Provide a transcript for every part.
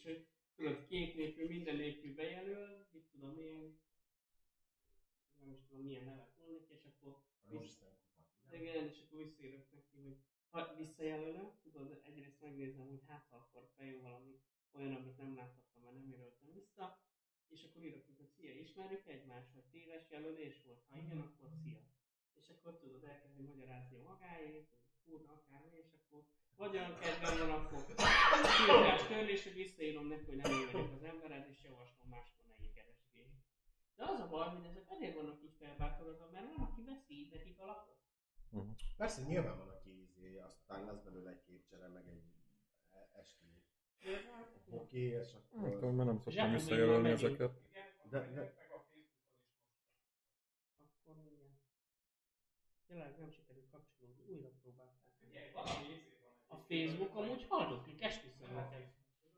hogy tudod, kép nélkül, minden nélkül bejelöl, mit tudom én, nem is tudom milyen nevet mondani, és akkor igen, és akkor visszaírok neki, hogy ha visszajelölöm, tudod, egyrészt megnézem, hogy hát akkor bejön valami olyan, amit nem láthattam, mert nem jelöltem vissza, és akkor írok, hogy szia, ismerjük egymást, hogy téves jelölés volt, ha igen, akkor szia. És akkor tudod, elkezdi magyarázni a magáét, hogy kurva akármi, és akkor vagy olyan kedvem van, akkor szívás törlés, hogy visszaírom neki, hogy nem én vagyok az embered, és javaslom máskor ne keresgélni. De az a baj, hogy ezek azért vannak így felbátorodva, mert van, aki veszi nekik a lapot. Persze, nyilván van, aki aztán lesz belőle egy képcsere, meg egy esti hoki, és akkor... Mert nem szoktam visszajelölni ezeket. Akkor mindjárt. Tényleg nem sikerült kapcsolódni, újra próbálták. A Facebook amúgy hallottuk, esküszöm neked.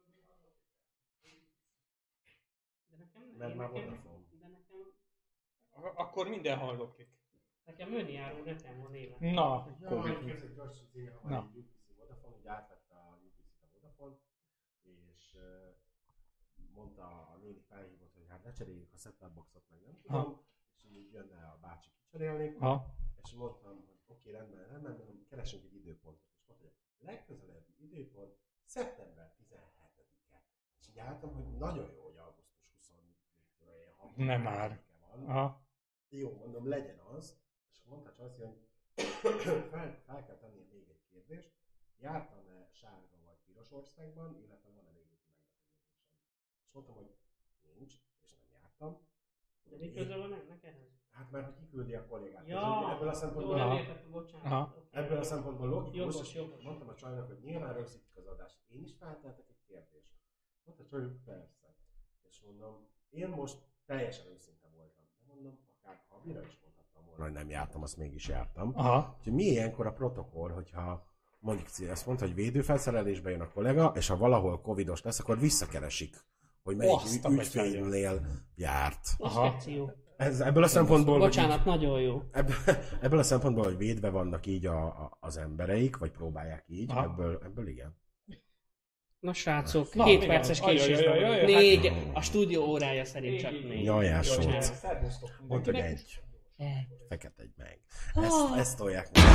De nekem nem. Mert már Vodafone. De nekem... Akkor minden hallottik. Nekem önjáró nekem van élet. Na, Gyors címe, hogy UPC Vodafone, hogy átvette a UPC-t a Vodafone, és mondta a néni felhívott, hogy hát lecseréljük a set-top boxot, meg nem tudom, és így jönne a bácsi kicserélni, és mondtam, hogy oké, rendben, keresünk egy időpontot, és mondta, hogy a legközelebbi időpont szeptember 17-e. És így álltam, hogy nagyon jó, hogy augusztus 26-a. nem már. Jó, mondom, legyen az. És mondta Csajci, hogy fel kell tenni még egy kérdést. Jártam-e sárga vagy piros országban, illetve van-e még egy megbetegedésem? És mondtam, hogy nincs, és nem jártam. De mi köze van ennek ehhez? Hát mert hogy kiküldi a kollégát. Ja, ebből a szempontból, nem értettem, bocsánat. Ebből a szempontból logikus. Jogos. Mondtam a Csajnak, hogy nyilván rögzítik az adást. Én is felteltek egy kérdést. Mondta a Csaj, hogy persze. És mondom, én most teljesen őszinte voltam. Mondom, akár Habira is mondhattam volna, hogy nem jártam, azt mégis jártam. Úgyhogy mi ilyenkor a protokoll, hogyha mondjuk ezt mondta, hogy védőfelszerelésbe jön a kollega, és ha valahol covidos lesz, akkor visszakeresik, hogy melyik ügyfélnél járt. Ebből a szempontból, bocsánat, nagyon jó. Ebből a szempontból, hogy védve vannak így az embereik, vagy próbálják így, ebből igen. Na srácok, 7 perces késésben. 4, a stúdió órája szerint csak 4. Jajás volt. Mondd, hogy egy. Fekete egy meg. Ezt tolják meg.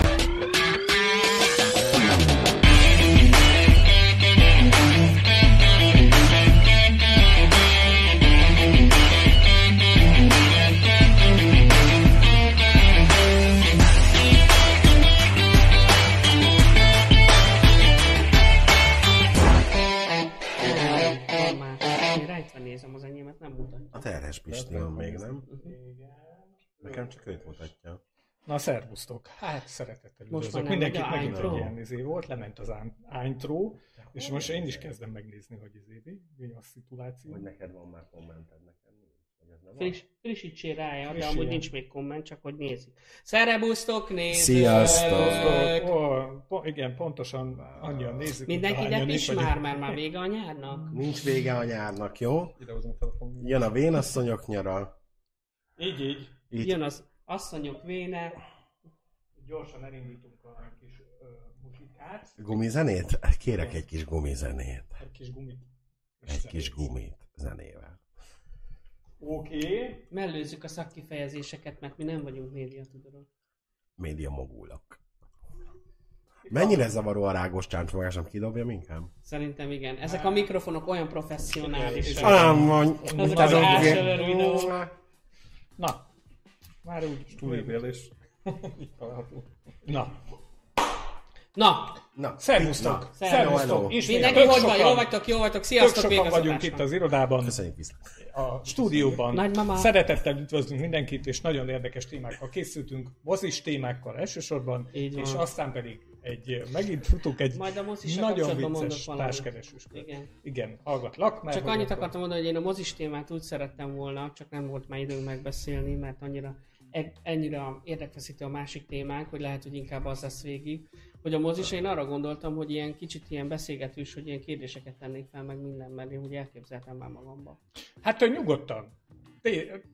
Nézem az enyémet, nem mutatja. A terhes Pisti van még, nem? Nekem csak őt mutatja. Na, szervusztok! Hát szeretettel üdvözlök. Mindenkit megint egy ilyen volt, lement az intro, és most én is kezdem megnézni, hogy mi a szituáció. Hogy neked van már kommented, nekem nincs. Frissítsél rá, de amúgy nincs még komment, csak hogy nézzük. Szerebusztok, nézők! Sziasztok! Igen, pontosan annyian nézzük. Mindenki is már vége a nyárnak? Nincs vége a nyárnak, jó? Jön a vénasszonyok nyara. Így. Jön az asszonyok véne. Gyorsan elindítunk a kis muzsikát. Gumizenét? Kérek egy kis gumizenét. Egy kis gumit zenével. Oké. Mellőzzük a szakkifejezéseket, mert mi nem vagyunk médiatudorok. Média mogulok. Mennyire zavaró a rágos csáncsogásom, kidobja minket? Szerintem igen. Ezek a mikrofonok olyan professzionálisak. Ezek az ásöver videó. Na, már úgy stúdióbél és Na, szervusztok! Mindenki, hogy van? Jól vagytok? Sziasztok! Tök sokan vagyunk itt az irodában. Köszönjük viszont. A stúdióban. Nagymama. Szeretettel üdvözlünk mindenkit, és nagyon érdekes témákkal készültünk. Mozis témákkal elsősorban, és aztán pedig megint futunk egy nagyon vicces társkeresőskört. Igen, hallgatlak. Csak annyit akartam mondani, hogy én a mozis témát úgy szerettem volna, csak nem volt már időnk megbeszélni, mert ennyire érdekfeszítő a másik témánk, hogy lehet, hogy inkább az lesz végig. Hogy a mozis, én arra gondoltam, hogy ilyen kicsit ilyen beszélgetős, hogy ilyen kérdéseket tennék fel, meg minden, mert én úgy elképzeltem már magamba. Hát nyugodtan.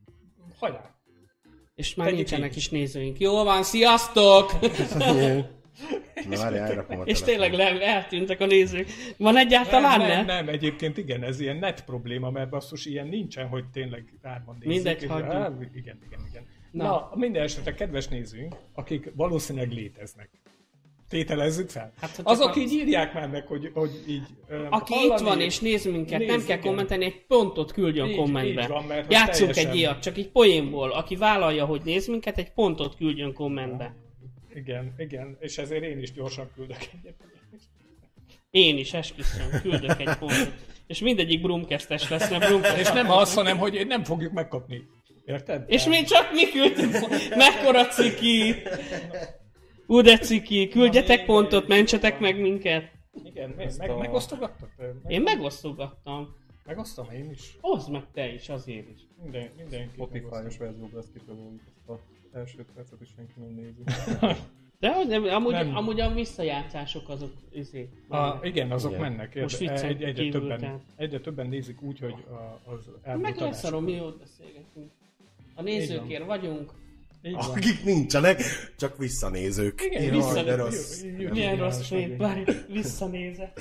Hajrá! És már nincsenek is nézőink. Jó van, sziasztok! Na várjál, elrakom a és tényleg eltűntek a nézők. Van egyáltalán net? Nem, egyébként igen, ez ilyen net probléma, mert basszus ilyen nincsen, hogy tényleg hárman nézzük. Mindegy, hagyjuk. Igen. Na, minden esetre kedves nézőink, akik valószínűleg léteznek. Tételezzük fel. Hát, azok így írják már meg, hogy így... Aki itt van és néz minket, nem kell kommentelni, egy pontot küldjön kommentbe. Így van, mert játsszunk teljesen... egy ilyet, csak így poénból. Aki vállalja, hogy néz minket, egy pontot küldjön kommentbe. Igen, és ezért én is gyorsan küldök egyet. Én is, esküszöm, küldök egy pontot. És mindegyik Brumcast-es lesz, mert Brumcast. És nem az, hanem hogy nem fogjuk megkapni. Érted? És mi csak mi küldtünk. Mekkora ciki! De ciki, küldjetek pontot, mentsetek meg minket. Igen, megosztogattad? Én megosztogattam. Megosztom én is. Oszd meg te is, azért is. Mindenki. Spotify-os verzióban lesz kitörölünk ezt az első percet is senki nem nézi. De amúgy a visszajátszások azok igen, azok igen. Mennek. Most egyre többen nézik úgy, hogy az elmúlt meg lesz arról, mi ott beszélgetünk. A nézőkért vagyunk. Akik nincsenek, csak visszanézők. Igen, de rossz. Milyen rossz fét, bár visszanézek.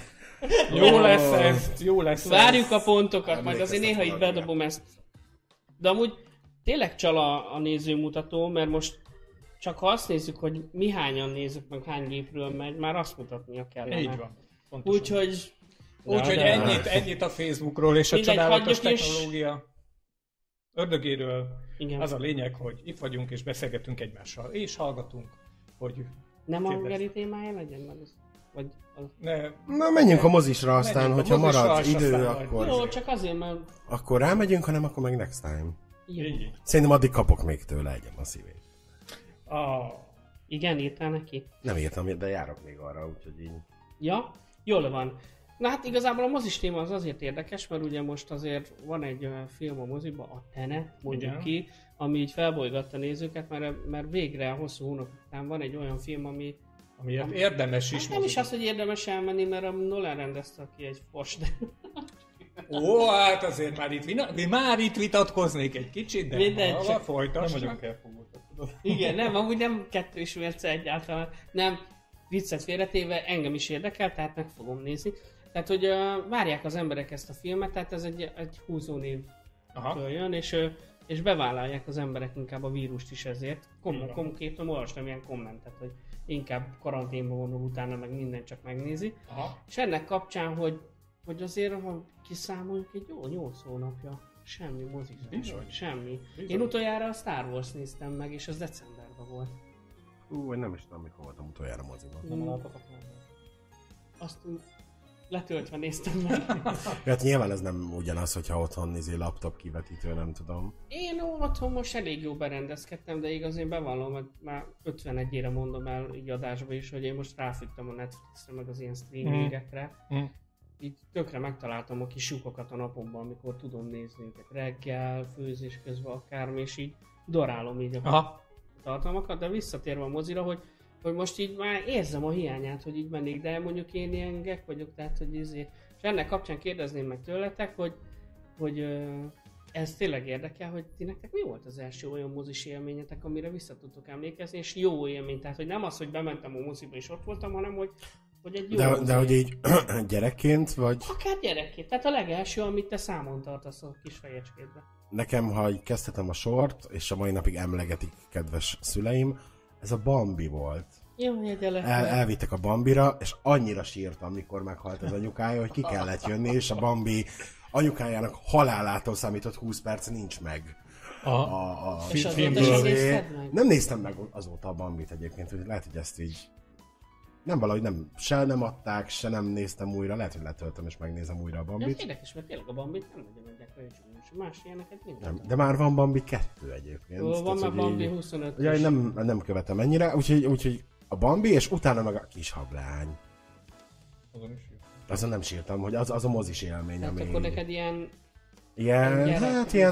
Jó lesz ez. Várjuk a pontokat, majd azért néha így bedobom ezt. De amúgy tényleg csal a nézőmutató, mert most csak ha azt nézzük, hogy mi hányan nézzük, meg hány gépről megy, már azt mutatnia kellene. Így van. Úgyhogy ennyit a Facebookról és a csodálatos technológia ördögéről. Igen. Az a lényeg, hogy itt vagyunk és beszélgetünk egymással, és hallgatunk, hogy... Nem a Geri témája legyen? Na menjünk a mozisra aztán, hogyha marad idő, akkor... Jó, csak azért, mert... Akkor rámegyünk, hanem akkor meg next time. Így. Szerintem addig kapok még tőle egyem a szívét. Igen, írtál neki? Nem írtam, de járok még arra, úgyhogy így... Ja, jól van. Na hát igazából a mozis téma az azért érdekes, mert ugye most azért van egy film a moziba, a Tenet, mondjuk ki, ami így felbolygatta a nézőket, mert végre a hosszú hónap után van egy olyan film, ami érdemes is. Hát nem is az, hogy érdemes elmenni, mert a Nolan rendezte ki egy fos, de... Hát azért már itt vitatkoznék egy kicsit, de folytasd. Nem vagyok elfogultak. Igen, nem, amúgy nem kettős mérce egyáltalán. Nem, viccet félretéve engem is érdekel, tehát meg fogom nézni. Tehát, hogy várják az emberek ezt a filmet, tehát ez egy húzónévtől jön, és bevállalják az emberek inkább a vírust is ezért. Konkrétan olvastam ilyen kommentet, hogy inkább karanténba vonul utána, meg minden csak megnézi. Aha. És ennek kapcsán, hogy azért, ha kiszámoljuk, egy jó 8 hónapja semmi mozizás, semmi. Bizony. Én utoljára a Star Wars néztem meg, és az decemberben volt. Nem is tudom, mikor voltam utoljára moziban. Nem láttatok meg? Azt letöltve néztem meg. Hát nyilván ez nem ugyanaz, hogyha otthon laptop kivetítő, nem tudom. Én otthon most elég jó berendezkedtem, de igaz én bevallom, hogy már 51-ére mondom el így adásba is, hogy én most ráfügtem a Netflixre, meg az ilyen streamingekre. Így tökre megtaláltam a kis lyukokat a napomban, amikor tudom nézni őket reggel, főzés közben akármi, és így dorálom így a tartalmakat, de visszatérve a mozira, hogy most így már érzem a hiányát, hogy így mennék, de mondjuk én ilyen gek vagyok, tehát hogy és ennek kapcsán kérdezném meg tőletek, hogy ez tényleg érdekel, hogy ti nektek mi volt az első olyan mozis élményetek, amire vissza tudtok emlékezni, és jó élmény, tehát hogy nem az, hogy bementem a moziba és ott voltam, hanem hogy egy jó de hogy így gyerekként, vagy? Akár gyerekként, tehát a legelső, amit te számon tartasz a kis fejecskédbe. Nekem, ha így kezdhetem a sort, és a mai napig emlegetik kedves szüleim, ez a Bambi volt. Jó, elvittek a Bambira, és annyira sírtam, mikor meghalt az anyukája, hogy ki kellett jönni, és a Bambi anyukájának halálától számított 20 perc nincs meg. A filmből. Nem néztem meg azóta a Bambit egyébként, hogy lehet, hogy ezt így valahogy nem adták, se nem néztem újra, lehet, hogy letöltöm és megnézem újra a Bambit. Ez érdekes, mert tényleg a Bambit nem nagyon adják olyan és más ilyeneket minden. De már van Bambi 2 egyébként. Van már Bambi 25. Ugye, nem követem ennyire, úgyhogy a Bambi, és utána meg a kis hablány. Azon nem sírtam, hogy az a mozis élmény, ami... akkor neked ilyen... Hát ilyen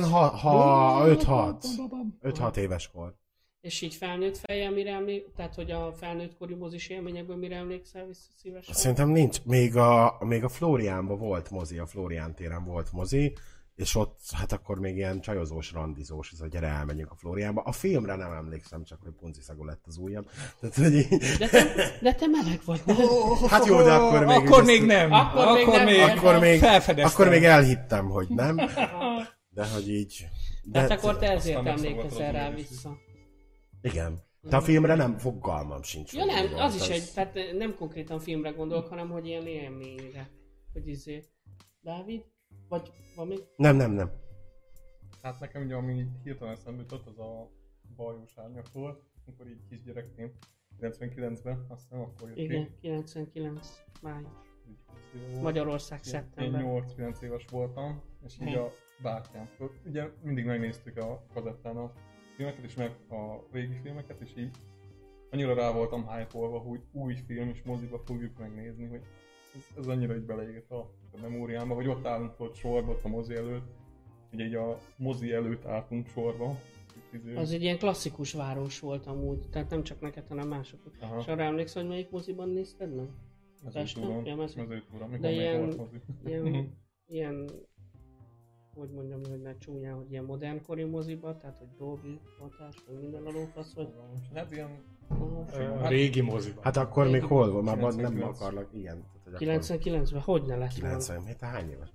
5-6 éves volt. És így felnőtt fejjel mire emlékszel? Tehát, hogy a felnőttkori mozis élményekből mire emlékszel vissza szívesen? Szerintem nincs. Még a Flóriánban volt mozi, a Flórián téren volt mozi, és ott, hát akkor még ilyen csajozós, randizós, ez a gyere elmenjünk a Flóriánba. A filmre nem emlékszem, csak hogy punciszagú lett az ujjam. Tehát, hogy így... de te meleg vagy, nem? Hát jó, de akkor még... Akkor még nem. Akkor még elhittem, hogy nem. De hogy így... Tehát akkor te ezért emlékezel rá vissza. Igen. De a filmre nem, fogalmam sincs. Ja nem, az is egy, tehát nem konkrétan filmre gondolok, hanem hogy ilyen élményre. Hogy Dávid? Vagy van még? Nem. Hát nekem ugye, ami hirtelen eszembe jutott, az a Bajós árnyak volt, amikor így kisgyerekként, 99-ben, azt hiszem akkor jött igen, 99 május. Magyarország szeptember. Én 8-9 éves voltam, és így a bátyám. Ugye mindig megnéztük a kazettán a filmeket, és meg a régi filmeket, és így annyira rá voltam hype-olva, hogy új film és moziba fogjuk megnézni, hogy ez annyira így beleégett a memóriámba, hogy ott állunk ott sorba, ott a mozi előtt, ugye így a mozi előtt álltunk sorba. Az egy ilyen klasszikus város volt amúgy, tehát nem csak neked, hanem másokot. És arra emlékszel, hogy melyik moziban nézted meg? Mezőtúron, de ilyen, hogy mondjam, hogy ne csúnyán, hogy ilyen modernkori moziba, tehát hogy Dolby hatás, vagy minden alófasz, vagy... Hát ilyen... régi moziba. Hát akkor még hol volt? Már nem akarlak, igen. 99-ben hogy ne lett 90, hát hány éves?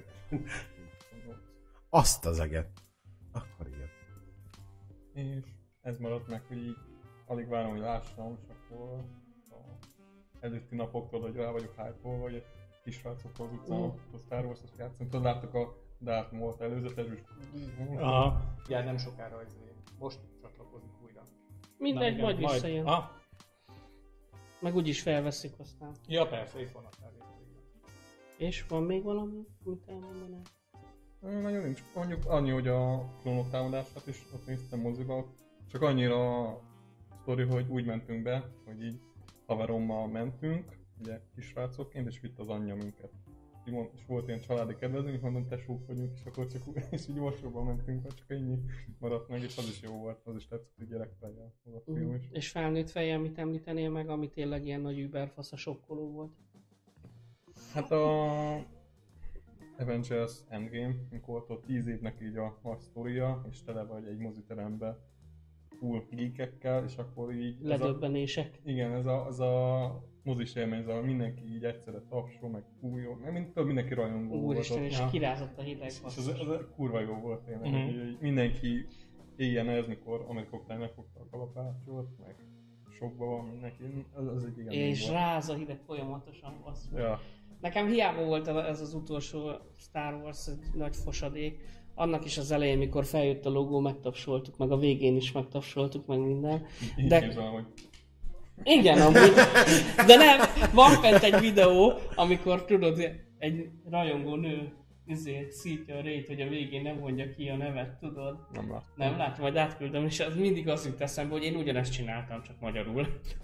Azt az eget. Akkor igen. És ez maradt meg, hogy így alig várom, hogy lássam, és akkor előtti napoktól, hogy rá vagyok hype-olva, hogy kisrácokkal az utcán a Star Wars-ot játszani. Tudod, láttuk a Darth Maul-t előzetes, és... Aha. Ja, nem sokára most csatlakozik újra. Mindegy, majd visszajön. Meg úgyis felveszik aztán. Ja, persze, itt vannak már. És van még valami, amit elmondanál? Nagyon nincs. Mondjuk annyi, hogy a Klónok támadását is ott néztem moziba. Csak annyira a sztori, hogy úgy mentünk be, hogy így haverommal mentünk, ugye kisrácokként, és vitt az anyja minket. És volt ilyen családi kedvezmény, és mondom, tesók vagyunk, és akkor csak és így olcsóban mentünk, csak ennyi maradt meg, és az is jó volt, az is tetszett, hogy gyerekfejjel az a film is. És felnőtt fejjel mit említenél meg, ami tényleg ilyen nagy überfasz, a sokkoló volt? Hát a Avengers Endgame, amikor ott 10 évnek így a sztoria, és tele vagy egy moziterembe full geekekkel, és akkor így... Ledöbbenések. Igen, ez a mozis élmény, ez a mindenki így egyszerre tapsol, meg fújó, meg mindenki rajongó volt. Úristen, és kirázott a hideg. És ez kurva jó volt tényleg, hogy mindenki éljen ez, mikor Amerikoknál megfogta a kalapácsot, meg sokba van mindenki, az egy igen. És ráz a hideg folyamatosan, basszus. Ja. Nekem hiába volt ez az utolsó Star Wars, egy nagy fosadék. Annak is az elején, mikor feljött a logó, megtapsoltuk, meg a végén is megtapsoltuk, meg minden. De... Képzelem, hogy... Igen, amúgy. De nem, van fent egy videó, amikor tudod, egy rajongó nő szítja a Rayt, hogy a végén nem mondja ki a nevet, tudod? Nem látom. Nem látom, majd átküldöm, és az mindig az jut eszembe, hogy én ugyanezt csináltam, csak magyarul.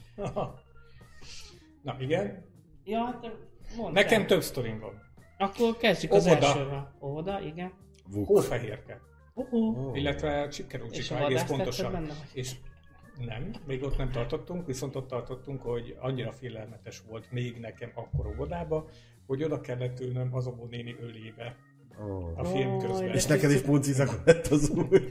Na igen. Ja, hát nekem több sztorim van. Akkor kezdjük az elsővel. Óvoda, igen. Hófehérke. Illetve Csipkerúcsika egész pontosan. És nem, még ott nem tartottunk, viszont ott tartottunk, hogy annyira félelmetes volt még nekem akkor óvodába, hogy oda kellett ülnöm az Obó néni ölébe a film közben. És neked is puncizak lett az új.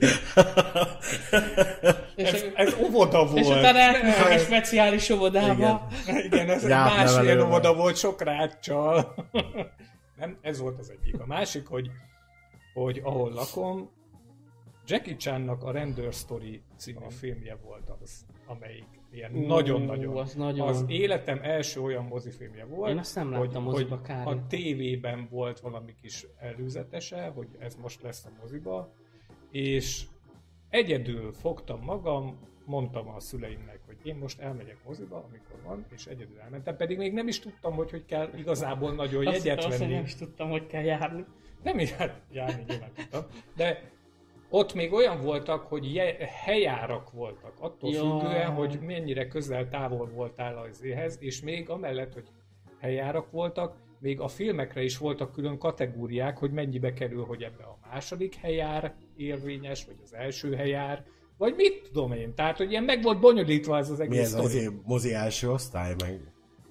Ez óvoda volt. És utána elküldtek egy speciális óvodába. Igen, ez egy másfél óvoda volt, sok ráccsal. Nem, ez volt az egyik. A másik, hogy ahol lakom, Jackie Chan-nak a Render Story című filmje volt az, amelyik ilyen nagyon-nagyon. Az életem első olyan mozifilmje volt. Én azt nem láttam moziba, hogy a tévében volt valami kis előzetese, hogy ez most lesz a moziba, és egyedül fogtam magam, mondtam a szüleimnek, hogy én most elmegyek moziba, amikor van, és egyedül elmentem, pedig még nem is tudtam, hogy kell igazából nagyon jegyet venni. Nem is tudtam, hogy kell járni. Nem is, hát járni nyilván tudtam, de ott még olyan voltak, hogy helyárak voltak, attól függően, hogy mennyire közel-távol voltál az éhez, és még amellett, hogy helyárak voltak, még a filmekre is voltak külön kategóriák, hogy mennyibe kerül, hogy ebbe a második helyár érvényes, vagy az első helyár, vagy mit tudom én. Tehát, hogy ilyen meg volt bonyolítva ez az egész sztori. Mi ez az mozi első osztály meg?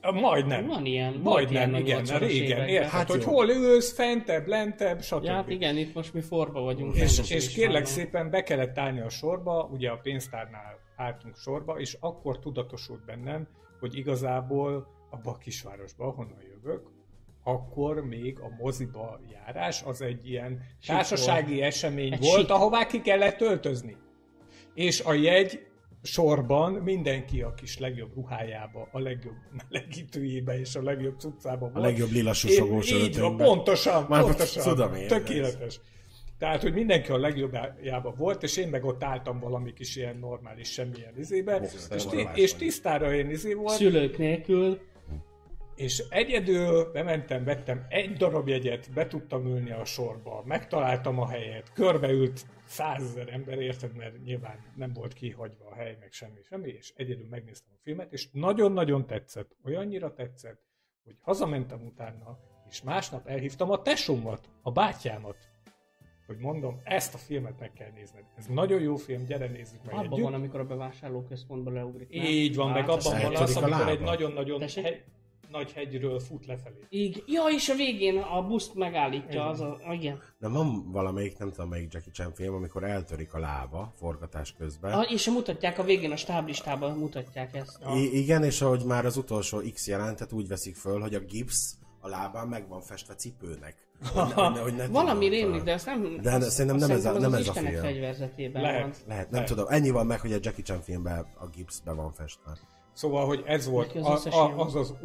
Majdnem. Van ilyen. Majdnem, igen, régen. Érted, hogy hol ülsz, fentebb, lentebb, stb. Ja, hát igen, itt most mi forba vagyunk. És kérlek szépen be kellett állni a sorba, ugye a pénztárnál álltunk sorba, és akkor tudatosult bennem, hogy igazából abban a kisvárosban, ahonnan jövök, akkor még a moziba járás az egy ilyen társasági esemény volt, ahová ki kellett öltözni. És a jegy sorban mindenki a kis legjobb ruhájába, a legjobb melegítőjébe és a legjobb cuccába volt. A legjobb lila susogós Így van, pontosan, tudom én, tökéletes. Tehát, hogy mindenki a legjobbjában volt, és én meg ott álltam valami kis ilyen normális, semmilyen izébe, és tisztára én izé volt. Szülők nélkül. És egyedül bementem, vettem egy darab jegyet, be tudtam ülni a sorba, megtaláltam a helyet, körbeült 100 000 ember, érted, mert nyilván nem volt kihagyva a hely, meg semmi, és egyedül megnéztem a filmet, és nagyon-nagyon tetszett, olyannyira tetszett, hogy hazamentem utána, és másnap elhívtam a tesómat, a bátyámat, hogy mondom, ezt a filmet meg kell nézned. Ez nagyon jó film, gyere nézzük meg abban együtt. Van, amikor a bevásárlóközpontba leugrik. Így van, meg abban van az, amikor egy nagyon-nagyon nagy hegyről fut lefelé. Igen. Ja, és a végén a buszt megállítja, az a... Igen. De van valamelyik, nem tudom melyik Jackie Chan film, amikor eltörik a lába forgatás közben. És mutatják a végén, a stáblistában mutatják ezt. Igen, és ahogy már az utolsó X jelentet úgy veszik föl, hogy a gipsz a lábán meg van festve cipőnek. Hogy valami rémlik, de ezt nem... De szerintem nem ez a film. Fegyverzetében Lehet, nem tudom. Ennyi van meg, hogy a Jackie Chan filmben a gipsz be van festve. Szóval, hogy ez volt az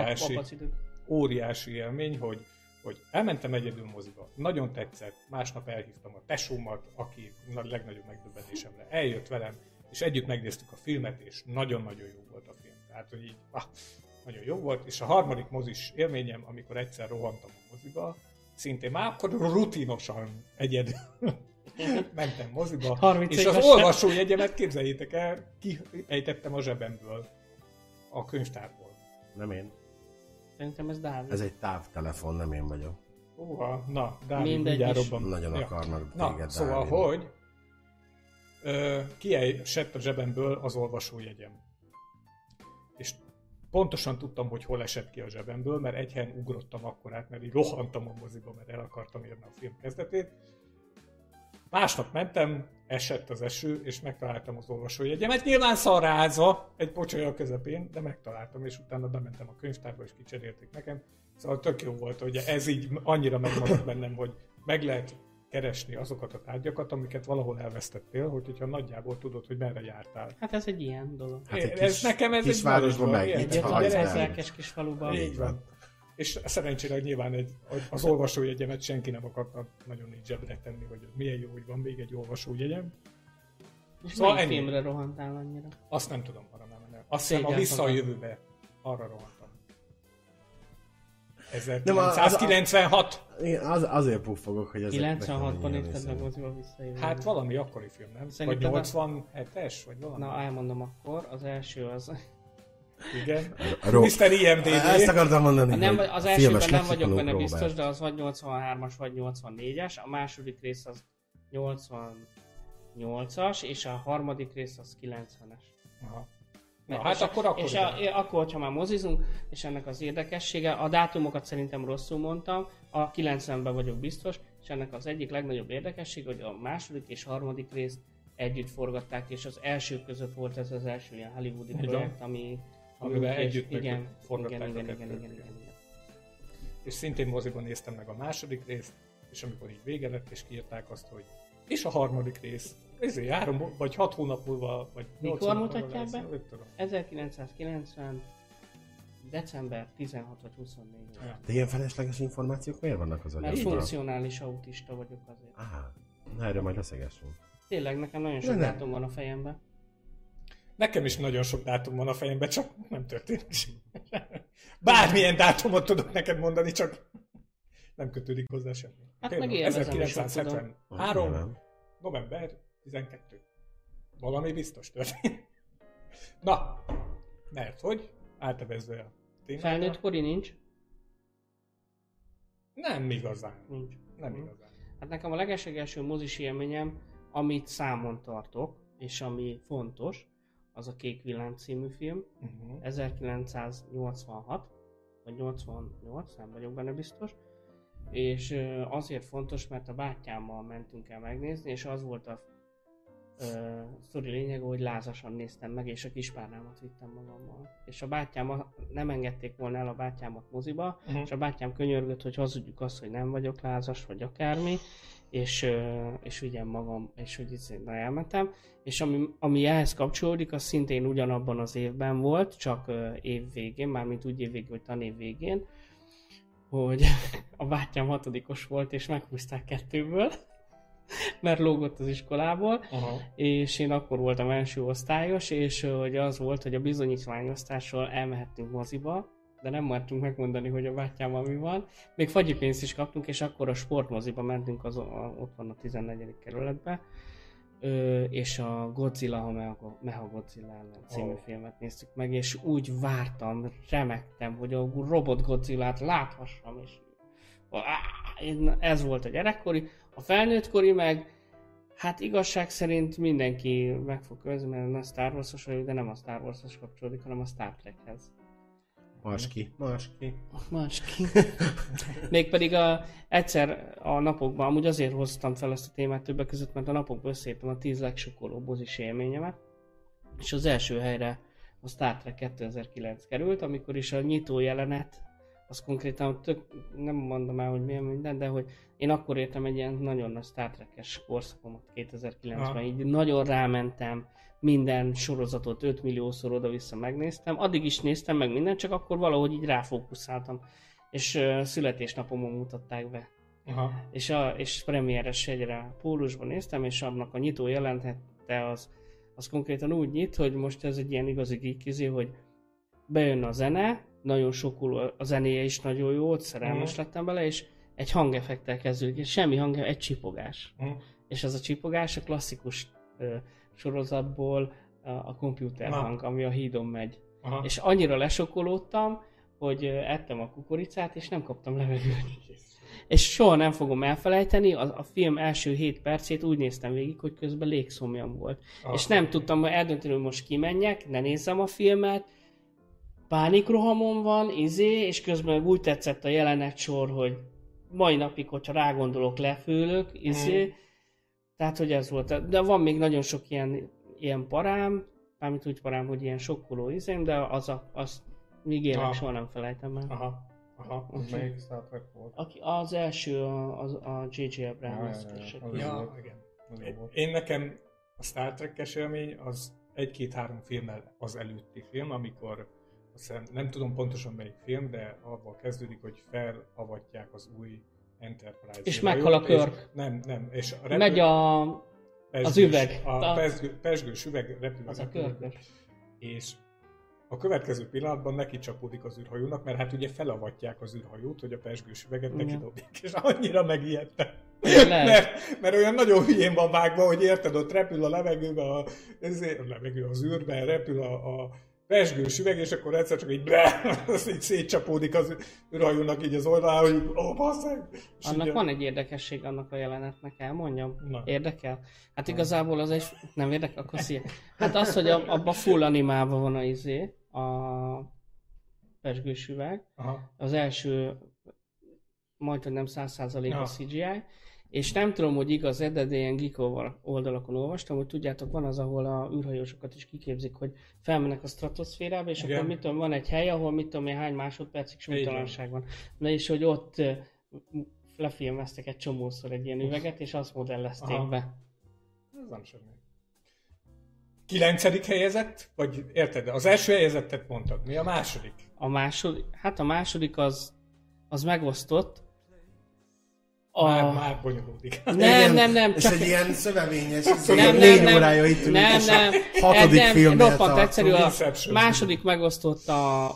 óriási élmény, hogy elmentem egyedül moziba, nagyon tetszett, másnap elhívtam a tesómat, aki a legnagyobb megdöbbenésemre eljött velem, és együtt megnéztük a filmet, és nagyon-nagyon jó volt a film. Tehát, hogy így, nagyon jó volt, és a harmadik mozis élményem, amikor egyszer rohantam a moziba, szintén már akkor rutinosan egyedül mentem moziba, és az olvasójegyemet, képzeljétek el, kiejtettem a zsebemből, a könyvtárból. Nem én. Szerintem ez Dávid. Ez egy távtelefon, nem én vagyok. Na, Dávid, mindjárt robban. Nagyon akarnak téged, Dávid. Szóval, hogy kiesett a zsebemből az olvasójegyem. És pontosan tudtam, hogy hol esett ki a zsebemből, mert egy helyen ugrottam akkorát, mert így rohantam a moziba, mert el akartam érni a film kezdetét. Másnap mentem, esett az eső, és megtaláltam az olvasójegyemet. Nyilván szarrázva, egy pocsolya a közepén, de megtaláltam, és utána bementem a könyvtárba, és kicserélték nekem. Szóval tök jó volt, hogy ez így annyira megmaradt bennem, hogy meg lehet keresni azokat a tárgyakat, amiket valahol elvesztettél, hogyha nagyjából tudod, hogy merre jártál. Hát ez egy ilyen dolog. Hát ez egy városban meg. Egy gyerezzelkes kis faluban. Így van. És szerencsére nyilván az olvasójegyemet senki nem akarta nagyon így zsebre tenni, hogy milyen jó, hogy van még egy olvasójegyem. És szóval melyik filmre rohantál annyira? Azt nem tudom, arra nem. Azt hiszem a Vissza a jövőbe, arra rohantam. 1996. Azért puffogok, hogy ezek 96-ban nézted meg moziba Vissza a jövőbe. Hát valami akkori film, nem? Szerintem vagy 87-es, vagy valami. Na, elmondom akkor. Az első az... Igen. Mr. IMDb. Ezt akartam mondani. Az elsőben nem vagyok benne biztos, de az vagy 83-as, vagy 84-es. A második rész az 88-as, és a harmadik rész az 90-es. Aha. Na, hát akkor és akkor, hogyha már mozizunk, és ennek az érdekessége, a dátumokat szerintem rosszul mondtam, a 90-ben vagyok biztos, és ennek az egyik legnagyobb érdekesség, hogy a második és harmadik részt együtt forgatták, és az első között volt ez az első ilyen hollywoodi projekt, amivel együtt forgatták. Igen. És szintén moziban néztem meg a második részt, és amikor így vége lett, és kiírták azt, hogy és a harmadik rész. Ezért 3 vagy 6 hónap múlva, vagy 8 mikor mutatják be? 1990. december 16 vagy 24. Ja. De ilyen felesleges információk miért vannak az agyamban? Mert funkcionális autista vagyok azért. Na erről majd leszegessünk. Tényleg, nekem nagyon sok dátum van a fejemben. Nekem is nagyon sok dátum van a fejemben, csak nem történik. Bármilyen dátumot tudok neked mondani, csak nem kötődik hozzá semmi. Hát meg 1973. november 12. Valami biztos történt. Na, mert hogy? Átevezve a témára. Felnőtt kori nincs? Nem igazán. Nincs. Nem igazán. Hát nekem a legeslegelső mozis élményem, amit számon tartok, és ami fontos, az a Kék Villám című film, 1986, vagy 88, nem vagyok benne biztos, és azért fontos, mert a bátyámmal mentünk el megnézni, és az volt a sztori lényeg, hogy lázasan néztem meg, és a kispárnámat vittem magammal. És a bátyám, nem engedték volna el a bátyámat moziba, és a bátyám könyörgött, hogy hazudjuk azt, hogy nem vagyok lázas, vagy akármi, és vigyem magam, és hogy itt elmentem. És ami ehhez kapcsolódik, az szintén ugyanabban az évben volt, csak év végén, mármint úgy év végén, hogy tanév végén, hogy a bátyám 6-os volt, és meghúzták 2-ből, mert lógott az iskolából, és én akkor voltam első osztályos, és hogy az volt, hogy a bizonyítványosztásról elmehettünk moziba, de nem mertünk megmondani, hogy a bátyámmal mi van. Még fagyipénzt is kaptunk, és akkor a sportmoziba mentünk, ott van a 14. kerületbe, és a Godzilla, Mechagodzilla ellen című filmet néztük meg, és úgy vártam, remektem, hogy a robot Godzillát láthassam, és ez volt a gyerekkori. A felnőttkori meg, hát igazság szerint mindenki meg fog közni, mert a Star Wars-os vagyok, de nem a Star Wars-os kapcsolódik, hanem a Star Trekhez. Máski. Mégpedig egyszer a napokban, amúgy azért hoztam fel ezt a témát többek között, mert a napokban összeírtam a 10 legsokkolóbb mozis élményemet, és az első helyre a Star Trek 2009 került, amikor is a nyitó jelenet, az konkrétan nem mondom el, hogy milyen minden, de hogy én akkor értem egy ilyen nagyon nagy Star Trek-es korszakomat 2009-ben, így nagyon rámentem, minden sorozatot 5 milliószor oda-vissza megnéztem, addig is néztem meg mindent, csak akkor valahogy így ráfókuszáltam, és születésnapomon mutatták be. És premieres egyre Pólusban néztem, és annak a nyitó jelentette az konkrétan úgy nyit, hogy most ez egy ilyen igazi geekizé, hogy bejön a zene, nagyon sokul, a zenéje is nagyon jó, ott szerelmes lettem bele, és egy hangeffektel kezdődik, és semmi hangja, egy csipogás. És ez a csipogás a klasszikus sorozatból a komputerhang, ami a hídon megy. És annyira lesokkolódtam, hogy ettem a kukoricát, és nem kaptam levegőt. És soha nem fogom elfelejteni, a film első 7 percét úgy néztem végig, hogy közben légszomjam volt. És nem tudtam eldönteni, hogy most kimenjek, ne nézzem a filmet, pánikrohamon van, és közben úgy tetszett a jelenetsor, hogy mai napig, hogyha rágondolok, lefőlök, Tehát, hogy ez volt. De van még nagyon sok ilyen parám, mármint úgy parám, hogy ilyen sokkoló de azt még élek, soha nem felejtem el. Melyik Star Trek volt? Az első a J.J. Abrams. Igen. Én nekem a Star Trek-es élmény az 1-2-3 filmmel az előtti film, amikor nem tudom pontosan melyik film, de avval kezdődik, hogy felavatják az új Enterprise. És meghal a Kirk. Nem. És megy az üveg. A pezsgős üveg repül az a Kirk. És a következő pillanatban neki csapódik az űrhajónak, mert hát ugye felavatják az űrhajót, hogy a pezsgős üveget neki dobják, és annyira megijedtem. Mert olyan nagyon hülyén van vágva, hogy érted, ott repül a levegőbe, az űrben repül a pezsgős üveg, és akkor egyszer csak így így szétcsapódik az űrhajónak így az oldalán, hogy basszeg. Annak van egy érdekesség annak a jelenetnek, elmondjam. Érdekel? Hát igazából az egy... Nem érdekel? Akkor szia. Hát az, hogy abban full animálva van a pezsgős üveg. Az első majdnem nem 100% a CGI. És nem tudom, hogy igaz-e, de ilyen geek oldalakon olvastam, hogy tudjátok, van az, ahol a űrhajósokat is kiképzik, hogy felmennek a stratoszférába, és igen. Akkor mit tudom, van egy hely, ahol mit tudom én hány másodpercig súlytalanság van. Na és hogy ott lefilmeztek egy csomószor egy ilyen üveget, és azt modellezték be. Ez nem semmi. 9. helyezett? Vagy érted? Az első helyezettet mondtad. Mi a második? A második az megosztott. Már bonyolódik. Nem. Ez egy ilyen szövevényes, 4 órája itt ülünk, és nem. Hatodik filmnél roppant egyszerű, a második megosztott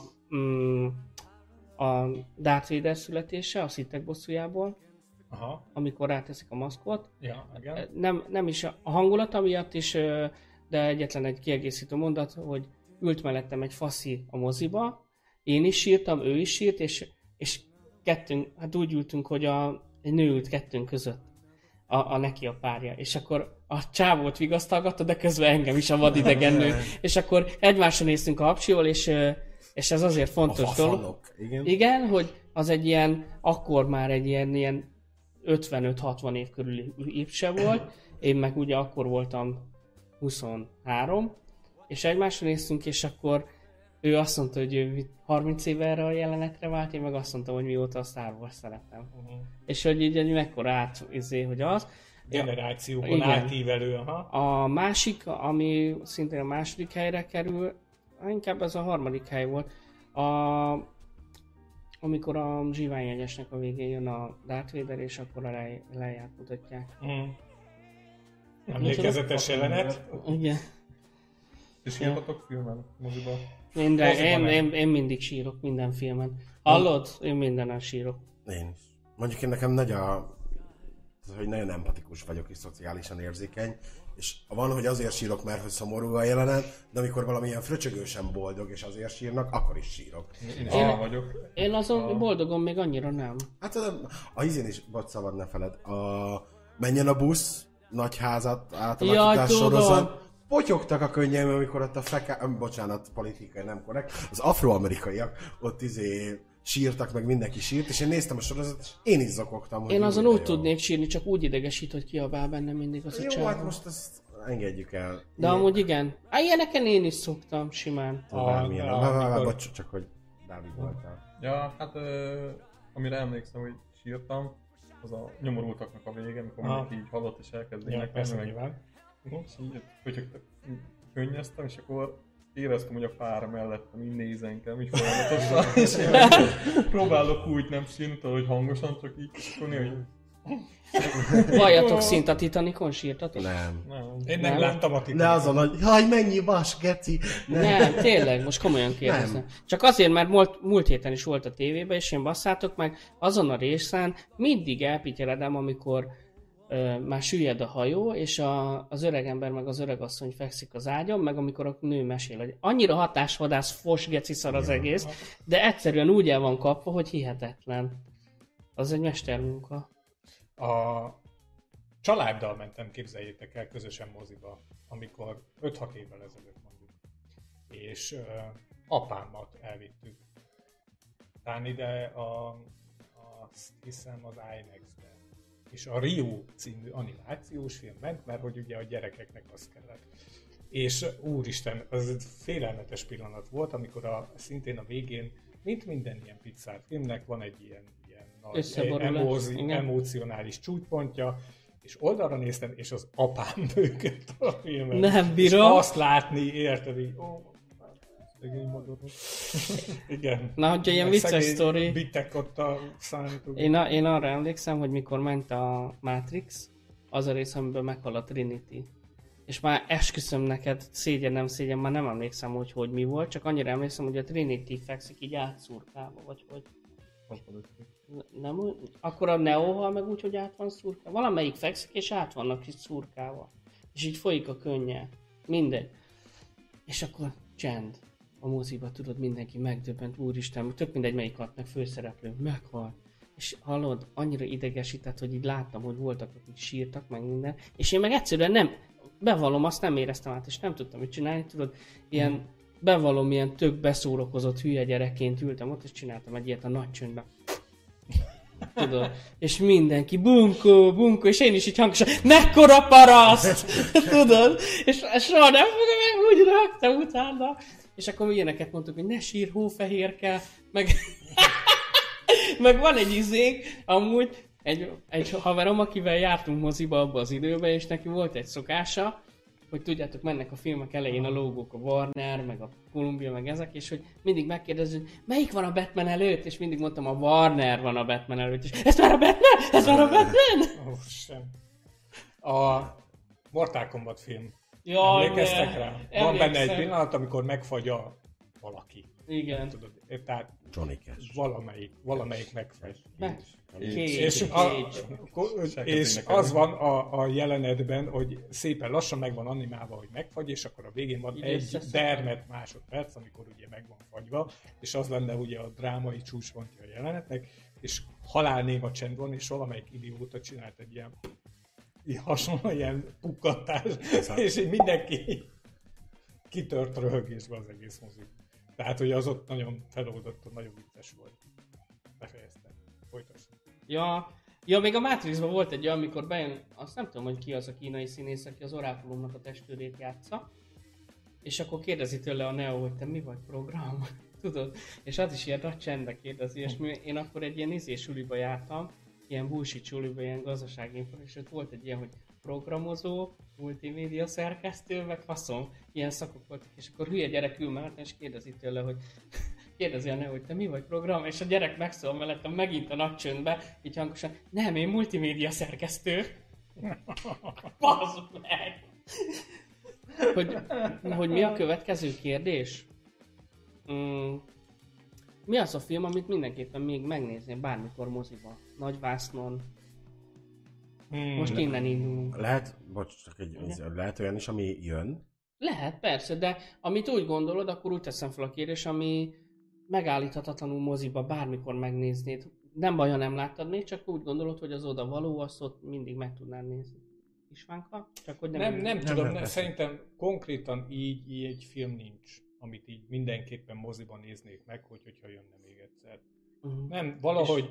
a Darth Vader születése, a Sithek bosszújából, amikor ráteszik a maszkot. Ja, igen. Nem is a hangulata miatt is, de egyetlen egy kiegészítő mondat, hogy ült mellettem egy faszi a moziba, én is sírtam, ő is sírt, és kettőnk, hát úgy ültünk, hogy egy nő ült kettőnk között. a neki a párja. És akkor a csávót vigasztalgatta, de közben engem is a vadidegen nő. És akkor egymásra néztünk a hapsival, és ez azért fontos dolog. Igen, hogy az egy ilyen, akkor már egy ilyen 55-60 év körüli ipse volt. Én meg ugye akkor voltam 23, és egymásra néztünk, és akkor ő azt mondta, hogy ő 30 éve erre a jelenetre vált, én meg azt mondtam, hogy mióta a Star Wars szeretem. És hogy így mekkora hogy az. Generációkon átívelő, aha. A másik, ami szintén a második helyre kerül, inkább ez a harmadik hely volt, amikor a zsiványjegyesnek a végén jön a Darth Vader, és akkor a leját mutatják. Emlékezetes jelenet? Igen. És sírtatok filmen, moziban? Én mindig sírok minden filmen. Hallod? Én mindenen sírok. Én is. Mondjuk én nekem hogy nagyon empatikus vagyok és szociálisan érzékeny, és van, hogy azért sírok, mert hogy szomorú a jelenet, de amikor valamilyen fröcsögősen boldog és azért sírnak, akkor is sírok. Én vagyok. Én azon boldogon még annyira nem. Hát a izén is, vagy szabad ne feled, Menjen a busz, nagy házat, átalakítás sorozat. Potyogtak a könnyeim, amikor ott bocsánat, politikai nem korrekt, az afroamerikaiak ott sírtak, meg mindenki sírt, és én néztem a sorozatot, és én is zokogtam. Én azon úgy tudnék sírni, csak úgy idegesít, hogy kiabál bennem mindig az a csávó. Jó, hát most ezt engedjük el. De amúgy igen. Ilyeneken én is szoktam simán. Bocs, csak hogy Dávid voltál. Ja, hát amire emlékszem, hogy sírtam, az a Nyomorultaknak a vége, amikor mindenki így halott és elkezd énekelni, és így pötyögtek, könnyeztem, és akkor éreztem, hogy a pár mellettem így néz engem, így folyamatosan, és én próbálok úgy nem sírni, hogy hangosan, csak így, és akkor néha Valljatok szint, a Titanicon sírtatok? Nem. Én nem láttam a Titanicon. Ne azon, hogy jaj, mennyi vas, geci. Nem, tényleg, most komolyan kérdezem. Nem. Csak azért, mert múlt héten is volt a tévében, és én basszátok meg, azon a részen mindig elpityeledem, amikor már süllyed a hajó, és az öregember meg az öregasszony fekszik az ágyon, meg amikor a nő mesél, hogy annyira hatásvadász, fos, geci szar az egész, de egyszerűen úgy el van kapva, hogy hihetetlen. Az egy mestermunka. A családdal mentem, képzeljétek el, közösen moziba, amikor 5-6 évvel ezelőtt mondjuk. És apámat elvittük. Tán ide azt hiszem az IMAX-ben. És a Rio című animációs film ment, mert hogy ugye a gyerekeknek az kellett. És úristen, az egy félelmetes pillanat volt, amikor szintén a végén, mint minden ilyen Pixar filmnek van egy ilyen nagy emocionális csúcspontja, és oldalra néztem, és az apám bőgött a filmet. Nem bírom. És azt látni, érted így, szegény modorok. Igen. Na, hogyha ilyen vicces sztori. Bittek ott a számítógép. Én arra emlékszem, hogy mikor ment a Matrix, az a rész, amiből meghal a Trinity. És már esküszöm neked, szégyen, már nem emlékszem, hogy mi volt, csak annyira emlékszem, hogy a Trinity fekszik így átszurkálva, vagy hogy. Nem, akkor a Neo hal meg úgy, hogy át van szurkálva. Valamelyik fekszik, és át vannak így szurkálva. És így folyik a könnye. Mindegy. És akkor csend. A moziba, tudod, mindenki megdöbbent, úristen, tök mindegy melyik halt meg, főszereplő, meghalt. És hallod, annyira idegesített, hogy így láttam, hogy voltak, akik sírtak, meg minden. És én meg egyszerűen nem, bevallom, azt nem éreztem át, és nem tudtam mit csinálni, tudod, ilyen, bevallom, ilyen tök beszórakozott hülye gyerekként ültem ott, és csináltam egy ilyet a nagy csöndben. Tudod, és mindenki bunkó, és én is így hangosan, mekkora paraszt! Tudod, és soha nem fogom meg, úgy rögtem utána. És akkor ilyeneket mondtuk, hogy ne sír, hófehérke, meg van egy izénk, amúgy egy haverom, akivel jártunk moziba abba az időben, és neki volt egy szokása, hogy tudjátok, mennek a filmek elején a logók, a Warner, meg a Columbia, meg ezek, és hogy mindig megkérdezünk, melyik van a Batman előtt? És mindig mondtam, a Warner van a Batman előtt, és ez már a Batman? Ez már a Batman? Sem. A Mortal Kombat film. Jaj, emlékeztek rá? Van benne egy pillanat, amikor megfagy valaki. Igen. Tudod, tehát Johnny Cash. Valamelyik megfagy. És az van a jelenetben, hogy szépen lassan meg van animálva, hogy megfagy, és akkor a végén van egy dermed másodperc, amikor ugye meg van fagyva, és az lenne ugye a drámai csúcspontja a jelenetnek, és halálnéma csend van, és valamelyik idióta csinált egy ilyen hasonló ilyen pukkantás, és így mindenki kitört röhögésbe az egész mozi. Tehát, hogy az ott nagyon feloldott, nagyon vicces volt. Befejeztem. Folytasd. Ja, még a Matrixban volt egy olyan, amikor bejön, azt nem tudom, hogy ki az a kínai színész, aki az Orákulumnak a testőrét játsza, és akkor kérdezi tőle a Neo, hogy te mi vagy program? Tudod? És az is ilyen nagy csendbe kérdezi, és én akkor egy ilyen suliba jártam, ilyen bullshit suliba, ilyen gazdasági info, és ott volt egy ilyen, hogy programozó, multimédia szerkesztő, meg faszom, ilyen szakok voltak, és akkor hülye gyerek ül mellett, és kérdezi tőle, hogy kérdezi a Neo, hogy te mi vagy program, és a gyerek megszól mellettem megint a nagy csöndbe, így hangosan, nem, én multimédia szerkesztő. Bazd meg! Hogy mi a következő kérdés? Mi az a film, amit mindenképpen még megnézném bármikor moziba? Nagy vásznon. Most innen indulunk. Lehet olyan is, ami jön? Lehet, persze, de amit úgy gondolod, akkor úgy teszem fel a kérdés, ami megállíthatatlanul moziba bármikor megnéznéd. Nem baj, ha nem láttad még, csak úgy gondolod, hogy az oda való, azt ott mindig meg tudnád nézni. Istvánka? Csak hogy nem tudom, szerintem konkrétan így egy film nincs, amit így mindenképpen moziban néznék meg, hogyha jönne még egyszer. Nem, valahogy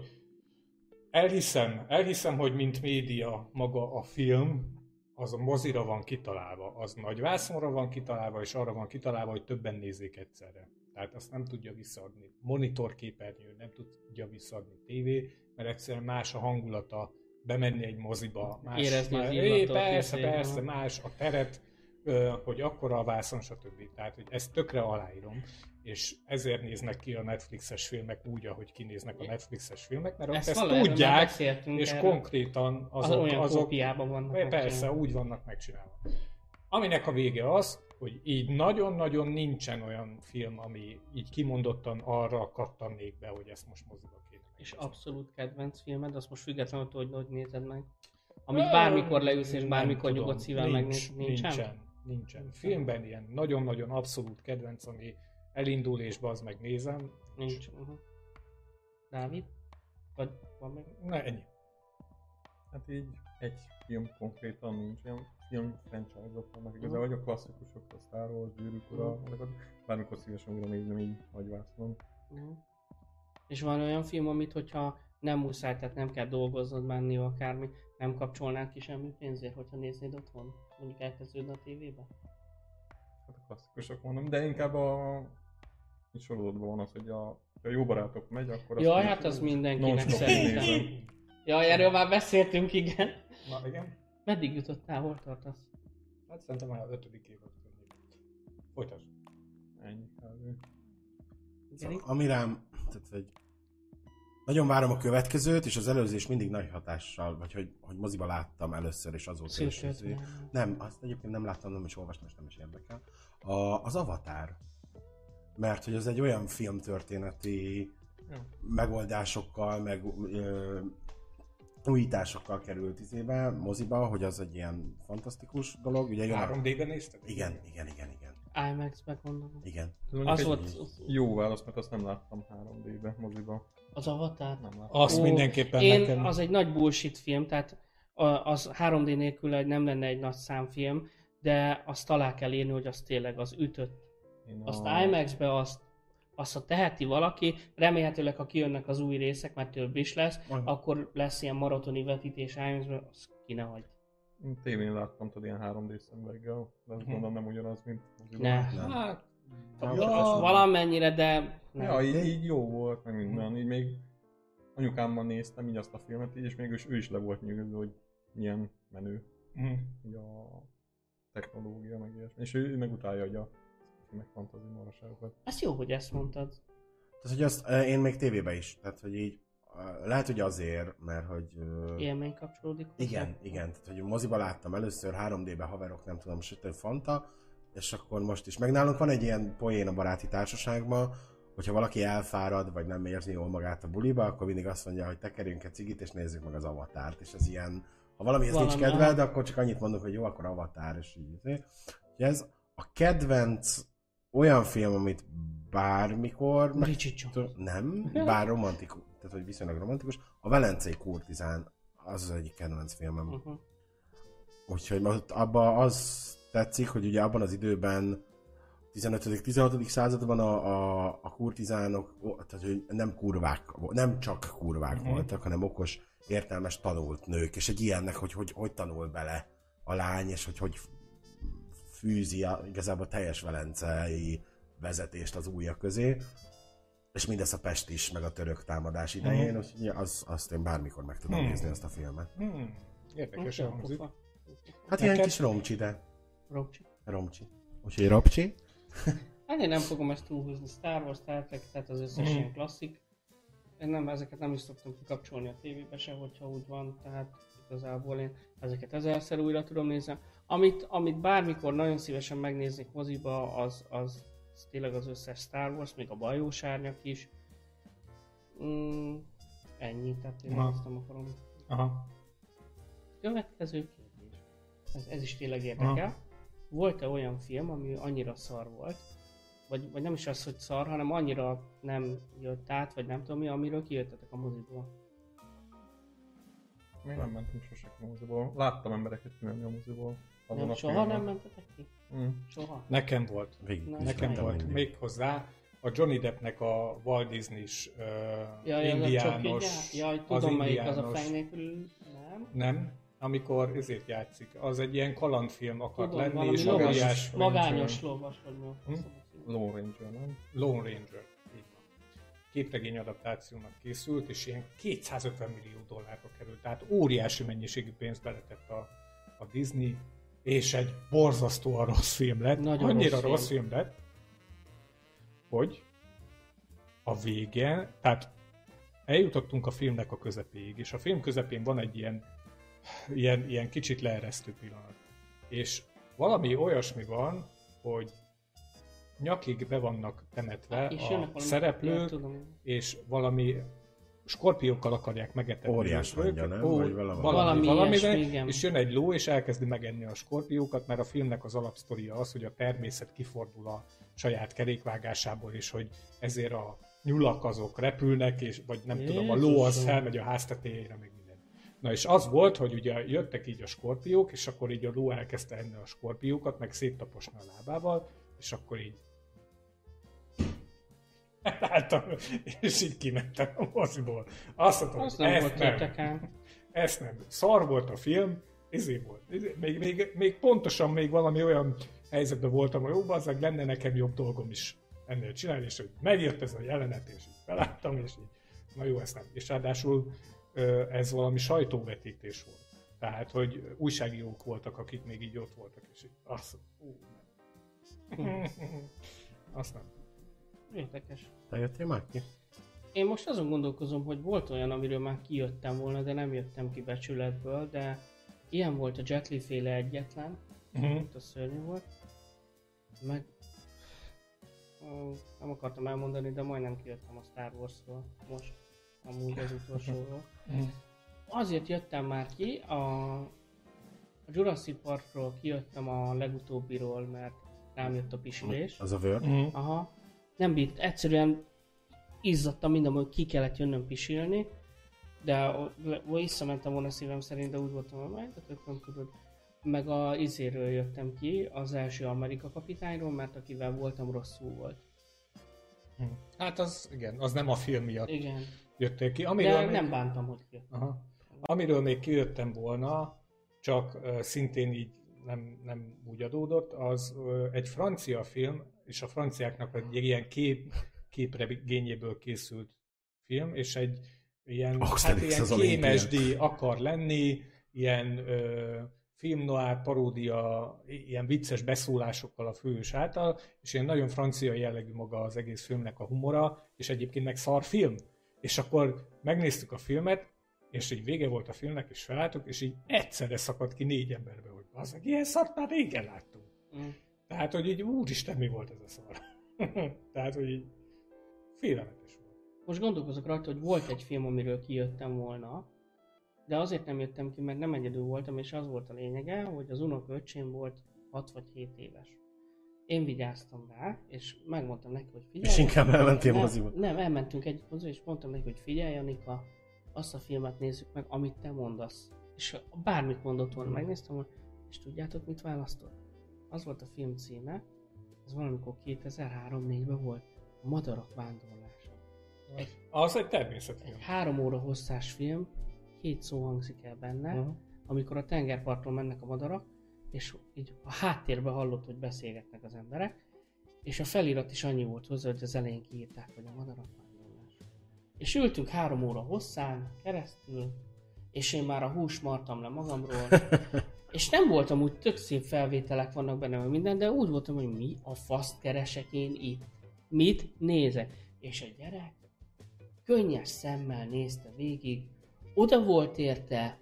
elhiszem, hogy mint média maga a film, az a mozira van kitalálva, az nagy vászonra van kitalálva, és arra van kitalálva, hogy többen nézzék egyszerre. Tehát azt nem tudja visszaadni monitorképernyő, nem tudja visszaadni tévé, mert egyszerűen más a hangulata, bemenni egy moziba, más, érezni az illatot. Persze, más a teret, hogy akkora a vászon, stb. Tehát, hogy ezt tökre aláírom, és ezért néznek ki a Netflixes filmek úgy, ahogy kinéznek a Netflixes filmek, mert ezt tudják, és erről. Konkrétan azok kópiában vannak. Persze, úgy vannak megcsinálva. Aminek a vége az, hogy így nagyon-nagyon nincsen olyan film, ami így kimondottan arra kattannék be, hogy ezt most moziba kéne. És abszolút kedvenc filmed, azt most függetlenül, hogy nézed meg? Amit bármikor leülsz és bármikor nyugodt szívvel megnéz, nincsen. Filmben ilyen nagyon-nagyon abszolút kedvenc, ami elindul és bazd meg nézem. Nincs. Dávid? Vagy van meg? Ne, ennyi. Hát így egy film konkrétan nincs, ilyen film franchise-ok vannak igazán, vagy a klasszikusok, a Star Wars, Gyűrűk Ura, bármikor szívesen újra nézem így nagyvásznon. És van olyan film, amit hogyha nem muszáj, tehát nem kell dolgoznod, menni akármi, nem kapcsolnál ki semmi pénzért, hogyha néznéd otthon? Mondjuk elkezdődne a tévébe? Hát a klasszikusok mondom, de inkább a sorozatban van az, hogy a Jó Barátok megy, akkor jaj, hát az mindenkinek szerintem. Jaj, erről már beszéltünk, igen. Na, igen. Meddig jutottál, hol tartasz? Hát szerintem már az 5. évad környék. Folytasd. Ennyi. Szóval, ami rám, tehát, hogy nagyon várom a következőt, és az előzés mindig nagy hatással, vagy hogy moziba láttam először, és azóta is. Nem, azt egyébként nem láttam, nem is olvastam, és nem is érdekel. Az Avatar. Mert hogy az egy olyan filmtörténeti megoldásokkal, meg újításokkal került moziba, hogy az egy ilyen fantasztikus dolog. Ugye 3D-ben nézted? Igen. IMAX-be gondolom. Igen. Az volt jó válasz, mert azt nem láttam 3D-be moziba. Az Avatar? Nem láttam. Azt mindenképpen nekem. Az egy nagy bullshit film, tehát az 3D nélkül nem lenne egy nagy számfilm, de azt alá kell írni, hogy az tényleg az ütött. Azt IMAX-be azt ha teheti valaki, remélhetőleg ha kijönnek az új részek, mert több is lesz, akkor lesz ilyen maratoni vetítés IMAX-be, azt ki ne hagyd. Tévén láttam, tudod, ilyen 3D szemüveggel, de azt gondolom nem ugyanaz, mint nem. Hát, valamennyire, de nem. Ja, így jó volt, meg minden. Így még anyukámmal néztem így azt a filmet, így, és még ő is le volt nyűgöző, hogy milyen menő így a technológia, meg ilyesmi. És ő meg utálja, hogy a meg fantasy maraságokat. Az jó, hogy ezt mondtad. Tehát, hogy azt én még tévében is, tehát, hogy így lehet, hogy azért, mert hogy... Élmény kapcsolódik hozzá? Igen, tehát, hogy moziba láttam először, 3D-ben haverok, nem tudom, sütő fanta, és akkor most is. Meg nálunk van egy ilyen poén a baráti társaságban, hogyha valaki elfárad, vagy nem érzi jól magát a buliba, akkor mindig azt mondja, hogy tekerjünk egy cigit, és nézzük meg az Avatárt, és ez ilyen, ha valamihez nincs kedved, akkor csak annyit mondunk, hogy jó, akkor Avatár, és így. Ez a kedvenc olyan film, amit bármikor... Nem, bár romantikus, tehát hogy viszonylag romantikus. A Velencei kurtizán az egyik kedvenc filmem. Úgyhogy abban az tetszik, hogy ugye abban az időben 15.-16. században a kurtizánok, tehát hogy nem csak kurvák voltak, hanem okos, értelmes, tanult nők, és egy ilyennek, hogy tanul bele a lány, és hogy fűzi igazából teljes velencei vezetést az ujjak közé, és mindez a Pest is, meg a török támadás idején, úgyhogy azt én bármikor meg tudom nézni azt a filmet. Érdekes elhangzik. Hát ilyen kis romcsi, de... Romcsi. Úgyhogy Robcsi. Hát én nem fogom ezt túlhúzni. Star Wars, Star Trek, tehát az összes ilyen klasszik. Én ezeket nem is szoktam kikapcsolni a tévébe se, hogyha úgy van, tehát igazából én ezeket ezerszer újra tudom nézni. Amit bármikor nagyon szívesen megnéznék moziba, az tényleg az összes Star Wars, még a Bajós Árnyak is. Ennyi, tehát én ezt nem akarom. Következő kérdés. Ez is tényleg érdekel. Volt-e olyan film, ami annyira szar volt, vagy nem is az, hogy szar, hanem annyira nem jött át, vagy nem tudom mi, amiről kijöttetek a moziból? Még nem mentem sosem a moziból. Láttam embereket kimenni a moziból. Nem, soha nem mentetek ki? Soha? Nekem volt. Nekem volt. Méghozzá a Johnny Deppnek a Walt Disney-s indiános... Jaj, tudom melyik az a fej nélkül, nem? Nem. Amikor ezért játszik. Az egy ilyen kalandfilm akart lenni, és magányos lovas, vagy mi? Lone Ranger, nem? Lone Ranger. Így van. Képregény adaptációnak készült, és ilyen 250 millió dollárba került. Tehát óriási mennyiségű pénzt beletett a Disney, és egy borzasztóan rossz film lett. Nagyon annyira rossz film lett, hogy a vége, tehát eljutottunk a filmnek a közepéig, és a film közepén van egy ilyen kicsit leeresztő pillanat. És valami olyasmi van, hogy nyakig be vannak temetve a szereplők, és valami skorpiókkal akarják megetetni. Óriás hangja, nem? Vagy valamivel, és jön egy ló, és elkezdi megenni a skorpiókat, mert a filmnek az alapsztoria az, hogy a természet kifordul a saját kerékvágásából, és hogy ezért a nyulak azok repülnek, és vagy nem tudom, a ló az felmegy a háztetejére, meg minden. Na és az volt, hogy ugye jöttek így a skorpiók, és akkor így a ló elkezdte enni a skorpiókat, meg széttaposni a lábával, és akkor így álltam, és így kimentem a moziból. Azt mondtam, ezt nem. Szar volt a film, volt. Még pontosan még valami olyan helyzetben voltam, hogy jó, bazzeg, lenne nekem jobb dolgom is ennél csinálni, és hogy megjött ez a jelenet, és így felálltam, és így, na jó, ezt nem. És ráadásul ez valami sajtóvetítés volt. Tehát, hogy újságírók voltak, akik még így ott voltak, és így azt nem. Érdekes. Te jöttél már ki? Én most azon gondolkozom, hogy volt olyan, amiről már kijöttem volna, de nem jöttem ki becsületből, de ilyen volt a Jet Li féle Egyetlen, ott a szörnyű volt. Meg nem akartam elmondani, de majdnem kijöttem a Star Wars-ról most, amúgy az utolsóról. Azért jöttem már ki, a Jurassic Parkról kijöttem a legutóbbiról, mert rám jött a pisilés. Az a vör? Aha. Nem bírt, egyszerűen izzadtam minden, hogy ki kellett jönnöm pisilni, de visszamentem volna szívem szerint, de úgy voltam, hogy majd, de tök nem tudod. Meg a izéről jöttem ki, az első Amerika kapitányról, mert akivel voltam, rosszul volt. Hát az, igen, az nem a film miatt jöttél ki. De nem bántam, hogy kijöttem. Aha. Amiről még kijöttem volna, csak szintén így nem úgy adódott, az egy francia film, és a franciáknak egy ilyen képregényéből készült film, és egy ilyen, ilyen kémesdi akar lenni, ilyen film noir paródia, ilyen vicces beszólásokkal a főhős által, és ilyen nagyon francia jellegű maga az egész filmnek a humora, és egyébként meg szar film. És akkor megnéztük a filmet, és így vége volt a filmnek, és felálltuk, és így egyszerre szakadt ki 4 emberbe, hogy az ilyen szart már régen láttunk. Tehát, hogy így úristen, mi volt ez a szar. Tehát, hogy így félelmetes volt. Most gondolkozok rajta, hogy volt egy film, amiről kijöttem volna, de azért nem jöttem ki, mert nem egyedül voltam, és az volt a lényege, hogy az unokaöcsém volt 6 vagy 7 éves. Én vigyáztam rá, és megmondtam neki, hogy figyelj. És inkább elmentél moziba? Nem, elmentünk együtt hozzá, és mondtam neki, hogy figyelj, Janika, azt a filmet nézzük meg, amit te mondasz. És bármit mondott volna, megnéztem, hogy És tudjátok, mit választott? Az volt a film címe, az valamikor 2003-4-ben volt, a Madarak vándorlása. Az egy természetfilm. Egy 3 óra hosszás film, 7 szó hangzik el benne, amikor a tengerparton mennek a madarak, és így a háttérben hallott, hogy beszélgetnek az emberek, és a felirat is annyi volt hozzá, hogy az elején kiírták, hogy a Madarak vándorlása. És ültünk 3 óra hosszán keresztül, és én már a hús martam le magamról, és nem voltam úgy, tök szép felvételek vannak benne, vagy minden, de úgy voltam, hogy mi a faszt keresek én itt? Mit nézek? És a gyerek könnyes szemmel nézte végig, oda volt érte,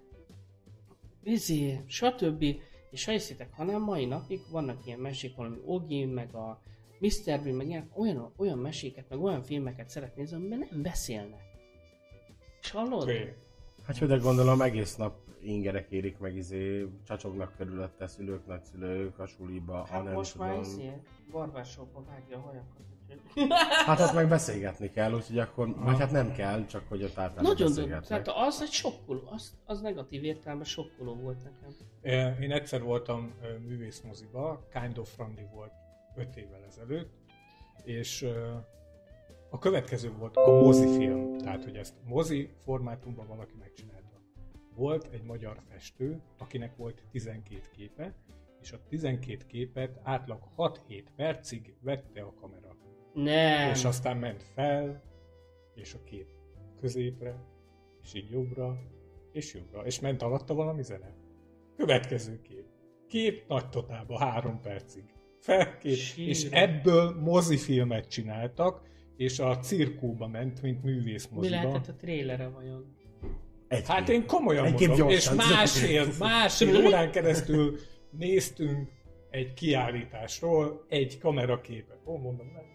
stb. És ha hiszitek, hanem mai napig vannak ilyen mesék, valami Ogi, meg a Mr. Bean, meg ilyen, olyan meséket, meg olyan filmeket szeret nézni, amiben nem beszélnek. És hallod? Hát de gondolom egész nap ingerek érik meg, csacsognak körülötte szülők, nagyszülők a suliba, hát nem most tudom. már barbársóba vágja a hajakat. Hát ott meg beszélgetni kell, úgyhogy akkor, vagy hát nem kell, csak hogy ott általában nagyon beszélgetnek. Tehát az egy sokkoló, az negatív értelemben sokkoló volt nekem. Én egyszer voltam művészmoziba, Kind of Randy volt 5 évvel ezelőtt, és a következő volt a mozifilm, tehát hogy ezt mozi formátumban valaki megcsinálta. Volt egy magyar festő, akinek volt 12 képe, és a 12 képet átlag 6-7 percig vette a kamera. Nem. És aztán ment fel, és a kép középre, és így jobbra, és ment alatta valami zene. Következő kép. Kép nagy totálba 3 percig. Felkép, és ebből mozifilmet csináltak, és a cirkóba ment, mint művészmoziba. Mi lehetett a trélere vajon? Hát én komolyan mondom, és másfél órán keresztül néztünk egy kiállításról egy kameraképet. Mondom, nem.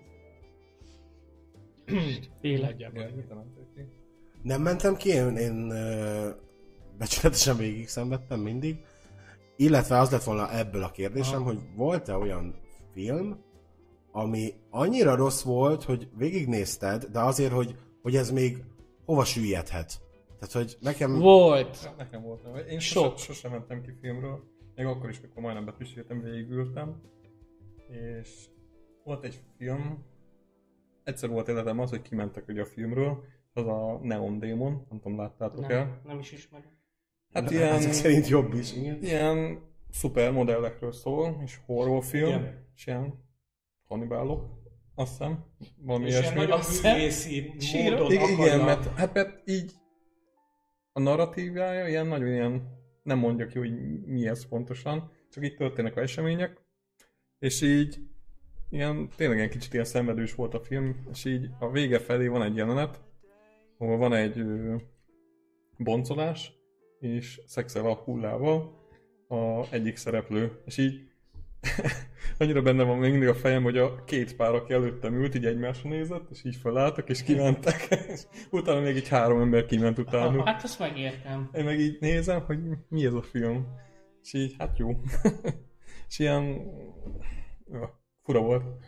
Nem mentem ki, én becsületesen végig szenvedtem mindig. Illetve az lett volna ebből a kérdésem, hogy volt-e olyan film, ami annyira rossz volt, hogy végignézted, de azért, hogy ez még hova süllyedhet. Tehát, hogy nekem... Volt! Nekem volt. Én sosem mentem ki filmről. Még akkor is, mikor majdnem bepiséltem, végigültem. És volt egy film, egyszer volt életem az, hogy kimentek ugye a filmről, az a Neon Demon, nem tudom, láttátok el? Nem is ismerem. Hát ilyen... Ezek szerint jobb is, igen. Ilyen szupermodellekről szól, és horrorfilm, igen. És ilyen kannibálok, azt hiszem, valami és ilyesmi. És nagyon művészi módon igen, mert így a narratívája ilyen nagyon ilyen, nem mondja ki, hogy mi ez pontosan, csak így történnek a események, és így ilyen, tényleg egy kicsit ilyen szenvedős volt a film, és így a vége felé van egy jelenet, ahol van egy boncolás, és szexel a hullával a egyik szereplő, és így annyira benne van még mindig a fejem, hogy a két pár, aki előttem ült, így egymásra nézett, és így felálltak, és kimentek, és utána még így 3 ember kiment utánuk. Hát azt megértem. Én meg így nézem, hogy mi ez a film, és így, hát jó. És ilyen fura volt.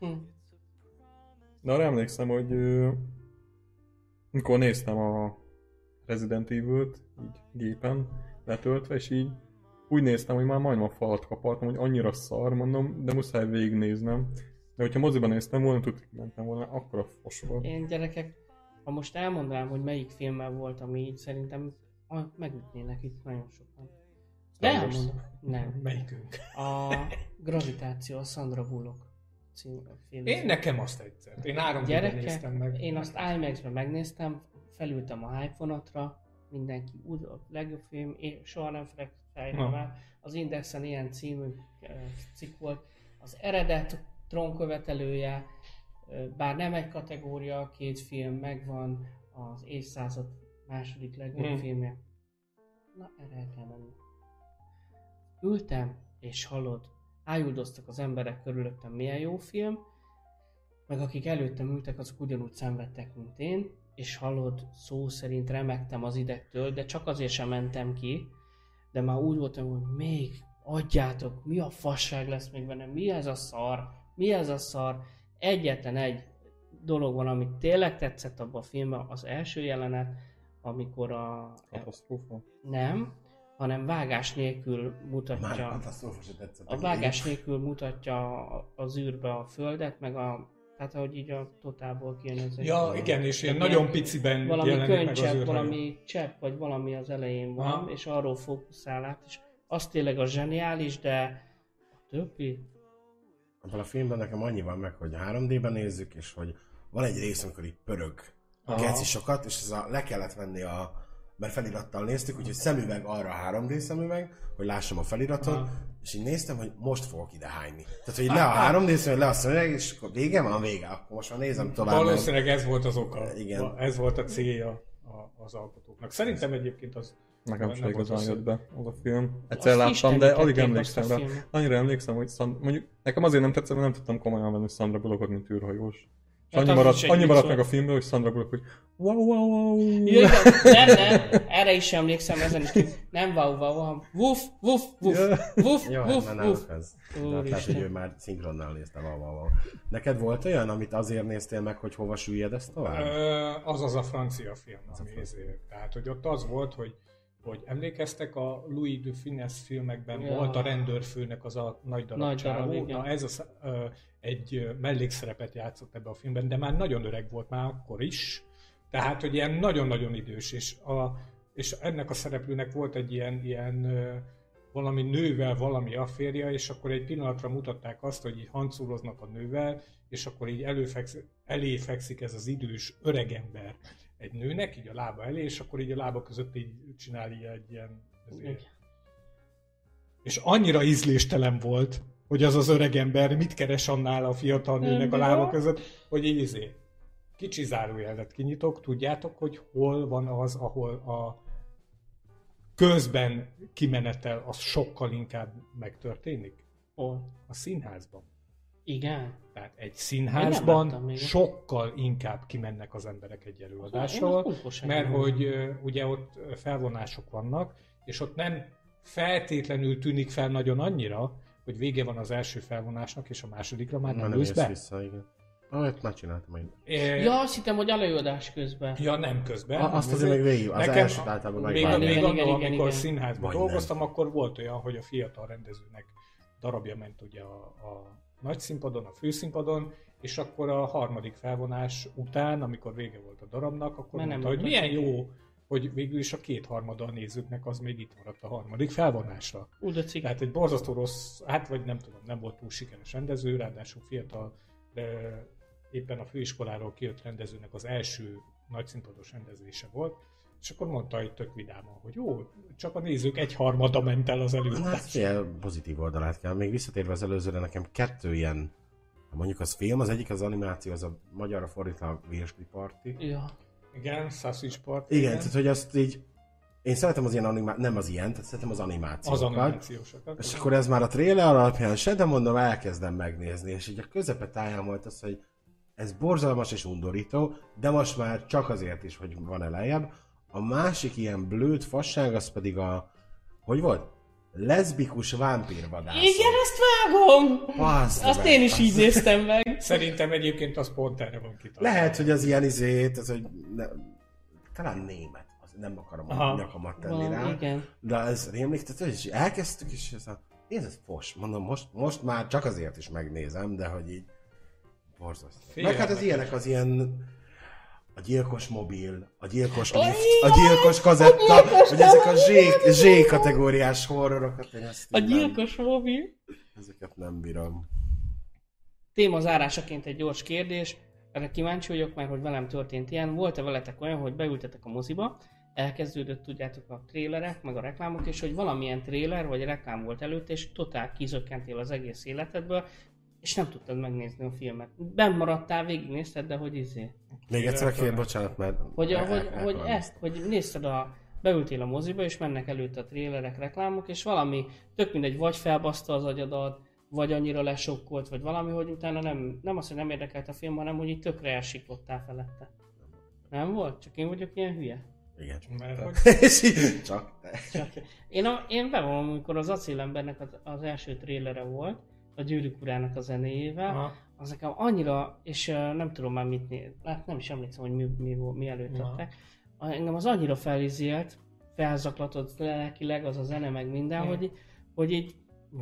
De arra emlékszem, hogy mikor néztem a Resident Evil-t, így gépen letöltve, és így úgy néztem, hogy már majdnem a falat kapartam, hogy annyira szar, mondom, de muszáj végignéznem. De hogyha moziban néztem volna, tudtuk, mentem volna, akkor a fos volt. Én gyerekek, ha most elmondanám, hogy melyik filmmel volt, ami így szerintem megütnének itt nagyon sokan. De elmondom. Nem. Melyikünk? A Gravitáció, a Sandra Bullock film. Én nekem azt egyszer. Én 3D-ben néztem meg. Én azt IMAX-ben megnéztem, felültem a hype vonatra, mindenki a legjobb film, én soha nem felejtem el. Az Indexen ilyen című cikk volt. Az eredet trónkövetelője, bár nem egy kategória, a 2 film megvan, az évszázad második legjobb filmje. Na, erre el kell menni. Ültem, és hallod, ájuldoztak az emberek körülöttem, milyen jó film, meg akik előttem ültek, azok ugyanúgy szenvedtek, mint én, és hallod, szó szerint remegtem az idegtől, de csak azért sem mentem ki, de már úgy voltam, hogy még adjátok, mi a fasság lesz még benne, mi ez a szar, egyetlen egy dolog van, amit tényleg tetszett abban a filmben, az első jelenet, amikor Katasztrófa? Nem, hanem vágás nélkül mutatja. A vágás nélkül mutatja az űrbe a Földet, meg tehát ahogy így a totálból kijön ez. Ja, igen, és ilyen nagyon piciben valami jelenik meg az űrhajó. valami csepp, vagy valami az elején van, és arról fókuszál át, és az tényleg a zseniális, de a többi... Abban a filmben nekem annyi van meg, hogy 3D-ben nézzük, és hogy van egy rész, amikor így pörög geci sokat, és le kellett venni mert felirattal néztük, úgyhogy szemüveg arra a 3D szemüveg, hogy lássam a feliratot, és így néztem, hogy most fogok ide hányni. Tehát, hogy le a 3D szemüveg, le a szemüveg, és akkor vége van, vége, akkor most már nézem tovább. Valószínűleg ez volt az oka. Igen. Ez volt a célja az alkotóknak. Szerintem egyébként az... Nekem sem igazán jött be az a film. Egyszer láttam, de alig emlékszem rá. Annyira emlékszem, hogy mondjuk nekem azért nem tetszett, mert nem tudtam komolyan venni Sandra Bullockot, mint űrhajós. Annyi maradt meg a filmből, hogy Sandra Bullock, hogy wow. Ja, nem, erre is emlékszem, ezen is nem wow, hanem woof. Jó, már náluk ez. Lehet, hogy ő már szinkronnál nézte wow. Neked volt olyan, amit azért néztél meg, hogy hova süllyedesz tovább? Az a francia film, ami ezért. Tehát, hogy ott az volt, hogy emlékeztek, a Louis de Funès filmekben volt a rendőrfőnek az a nagy darab csávó. Na ez egy mellékszerepet játszott ebbe a filmben, de már nagyon öreg volt már akkor is. Tehát, hogy ilyen nagyon-nagyon idős, és ennek a szereplőnek volt egy ilyen valami nővel valami afférja, és akkor egy pillanatra mutatták azt, hogy így hancúroznak a nővel, és akkor így elé fekszik ez az idős öregember egy nőnek, így a lába elé, és akkor így a lába között így csinálja egy ilyen... És annyira ízléstelen volt, hogy az öregember mit keres annál a fiatal nőnek a lába között, hogy így kicsi zárójelet kinyitok, tudjátok, hogy hol van az, ahol a közben kimenetel, az sokkal inkább megtörténik? Hol? A színházban. Igen? Tehát egy színházban sokkal inkább kimennek az emberek egy előadásról, mert hogy ugye ott felvonások vannak, és ott nem feltétlenül tűnik fel nagyon annyira, hogy vége van az első felvonásnak, és a másodikra már nem lősz be. Vissza, igen. Már csináltam én. Ja, azt hittem, hogy előadás közben. Ja, nem közben. Azt azért még végig, az elsőt általában megvárni. Amikor színházban dolgoztam, akkor volt olyan, hogy a fiatal rendezőnek darabja ment ugye a nagy színpadon, a főszínpadon, és akkor a harmadik felvonás után, amikor vége volt a darabnak, akkor mondta, hogy milyen jó, hogy végül is a kétharmada a nézőknek az még itt maradt a harmadik felvonásra. Tehát egy borzasztó rossz, vagy nem tudom, nem volt túl sikeres rendező, ráadásul fiatal, de éppen a főiskoláról kijött rendezőnek az első nagyszínpados rendezése volt, és akkor mondta egy tök vidáman, hogy jó, csak a nézők egyharmada ment el az előadás. Ilyen pozitív oldalát kell. Még visszatérve az előzőre, nekem 2 ilyen, mondjuk az film, az egyik az animáció, az a magyarra fordítva Virsli Party. Ja. Igen, Sausage Party. Igen, tehát hogy azt így, én szeretem az ilyen nem az ilyen, tehát szeretem az animációkat. Az animációsokat. És akkor ez már a trailer alapján se, de mondom, elkezdem megnézni, és így a közepetáján volt az, hogy ez borzalmas és undorító, de most már csak azért is, hogy van lejjebb. A másik ilyen blőd fasság, az pedig hogy volt? Leszbikus vámpírvadász. Igen, azt vágom! Azt én is így néztem meg. Szerintem egyébként az pont erre van kitalálva. Lehet, hogy az ilyen hogy talán német. Nem akarom a nyakamat tenni rá. Igen. De ez rémlik, tehát és elkezdtük, és ez fos. Mondom, most már csak azért is megnézem, de hogy így borzasztó. Meg hát az ilyenek, az ilyen a gyilkos mobil, a gyilkos lift, a gyilkos kazetta, hogy ezek a zsé kategóriás horrorokat. A gyilkos mobil? Ezeket nem bírom. Téma zárásaként egy gyors kérdés. Erre kíváncsi vagyok már, hogy velem történt ilyen. Volt-e veletek olyan, hogy beültetek a moziba, elkezdődött, tudjátok, a trélerek, meg a reklámok, és hogy valamilyen tréler vagy reklám volt előtt, és totál kizökkentél az egész életedből, és nem tudtad megnézni a filmet. Benn maradtál, végignézted, de hogy Még egyszer kér, bocsánat, mert... Hogy nézted beültél a moziba, és mennek előtt a trélerek, reklámok, és valami, tök mindegy, vagy felbaszta az agyadat, vagy annyira lesokkolt, vagy valami, hogy utána nem azt, hogy nem érdekelt a film, hanem hogy így tökre elsiklottál felette. Nem volt? Csak én vagyok ilyen hülye? Igen. Csak. Én bevallom, amikor az Acélembernek az első trélere volt, a Gyűrűk Urának a zenéjével, az nekem annyira, és nem tudom már mit nem is emlékszem, hogy mi előtt adták, engem az annyira felizélt, felzaklatott lelkileg az a zene, meg minden, hogy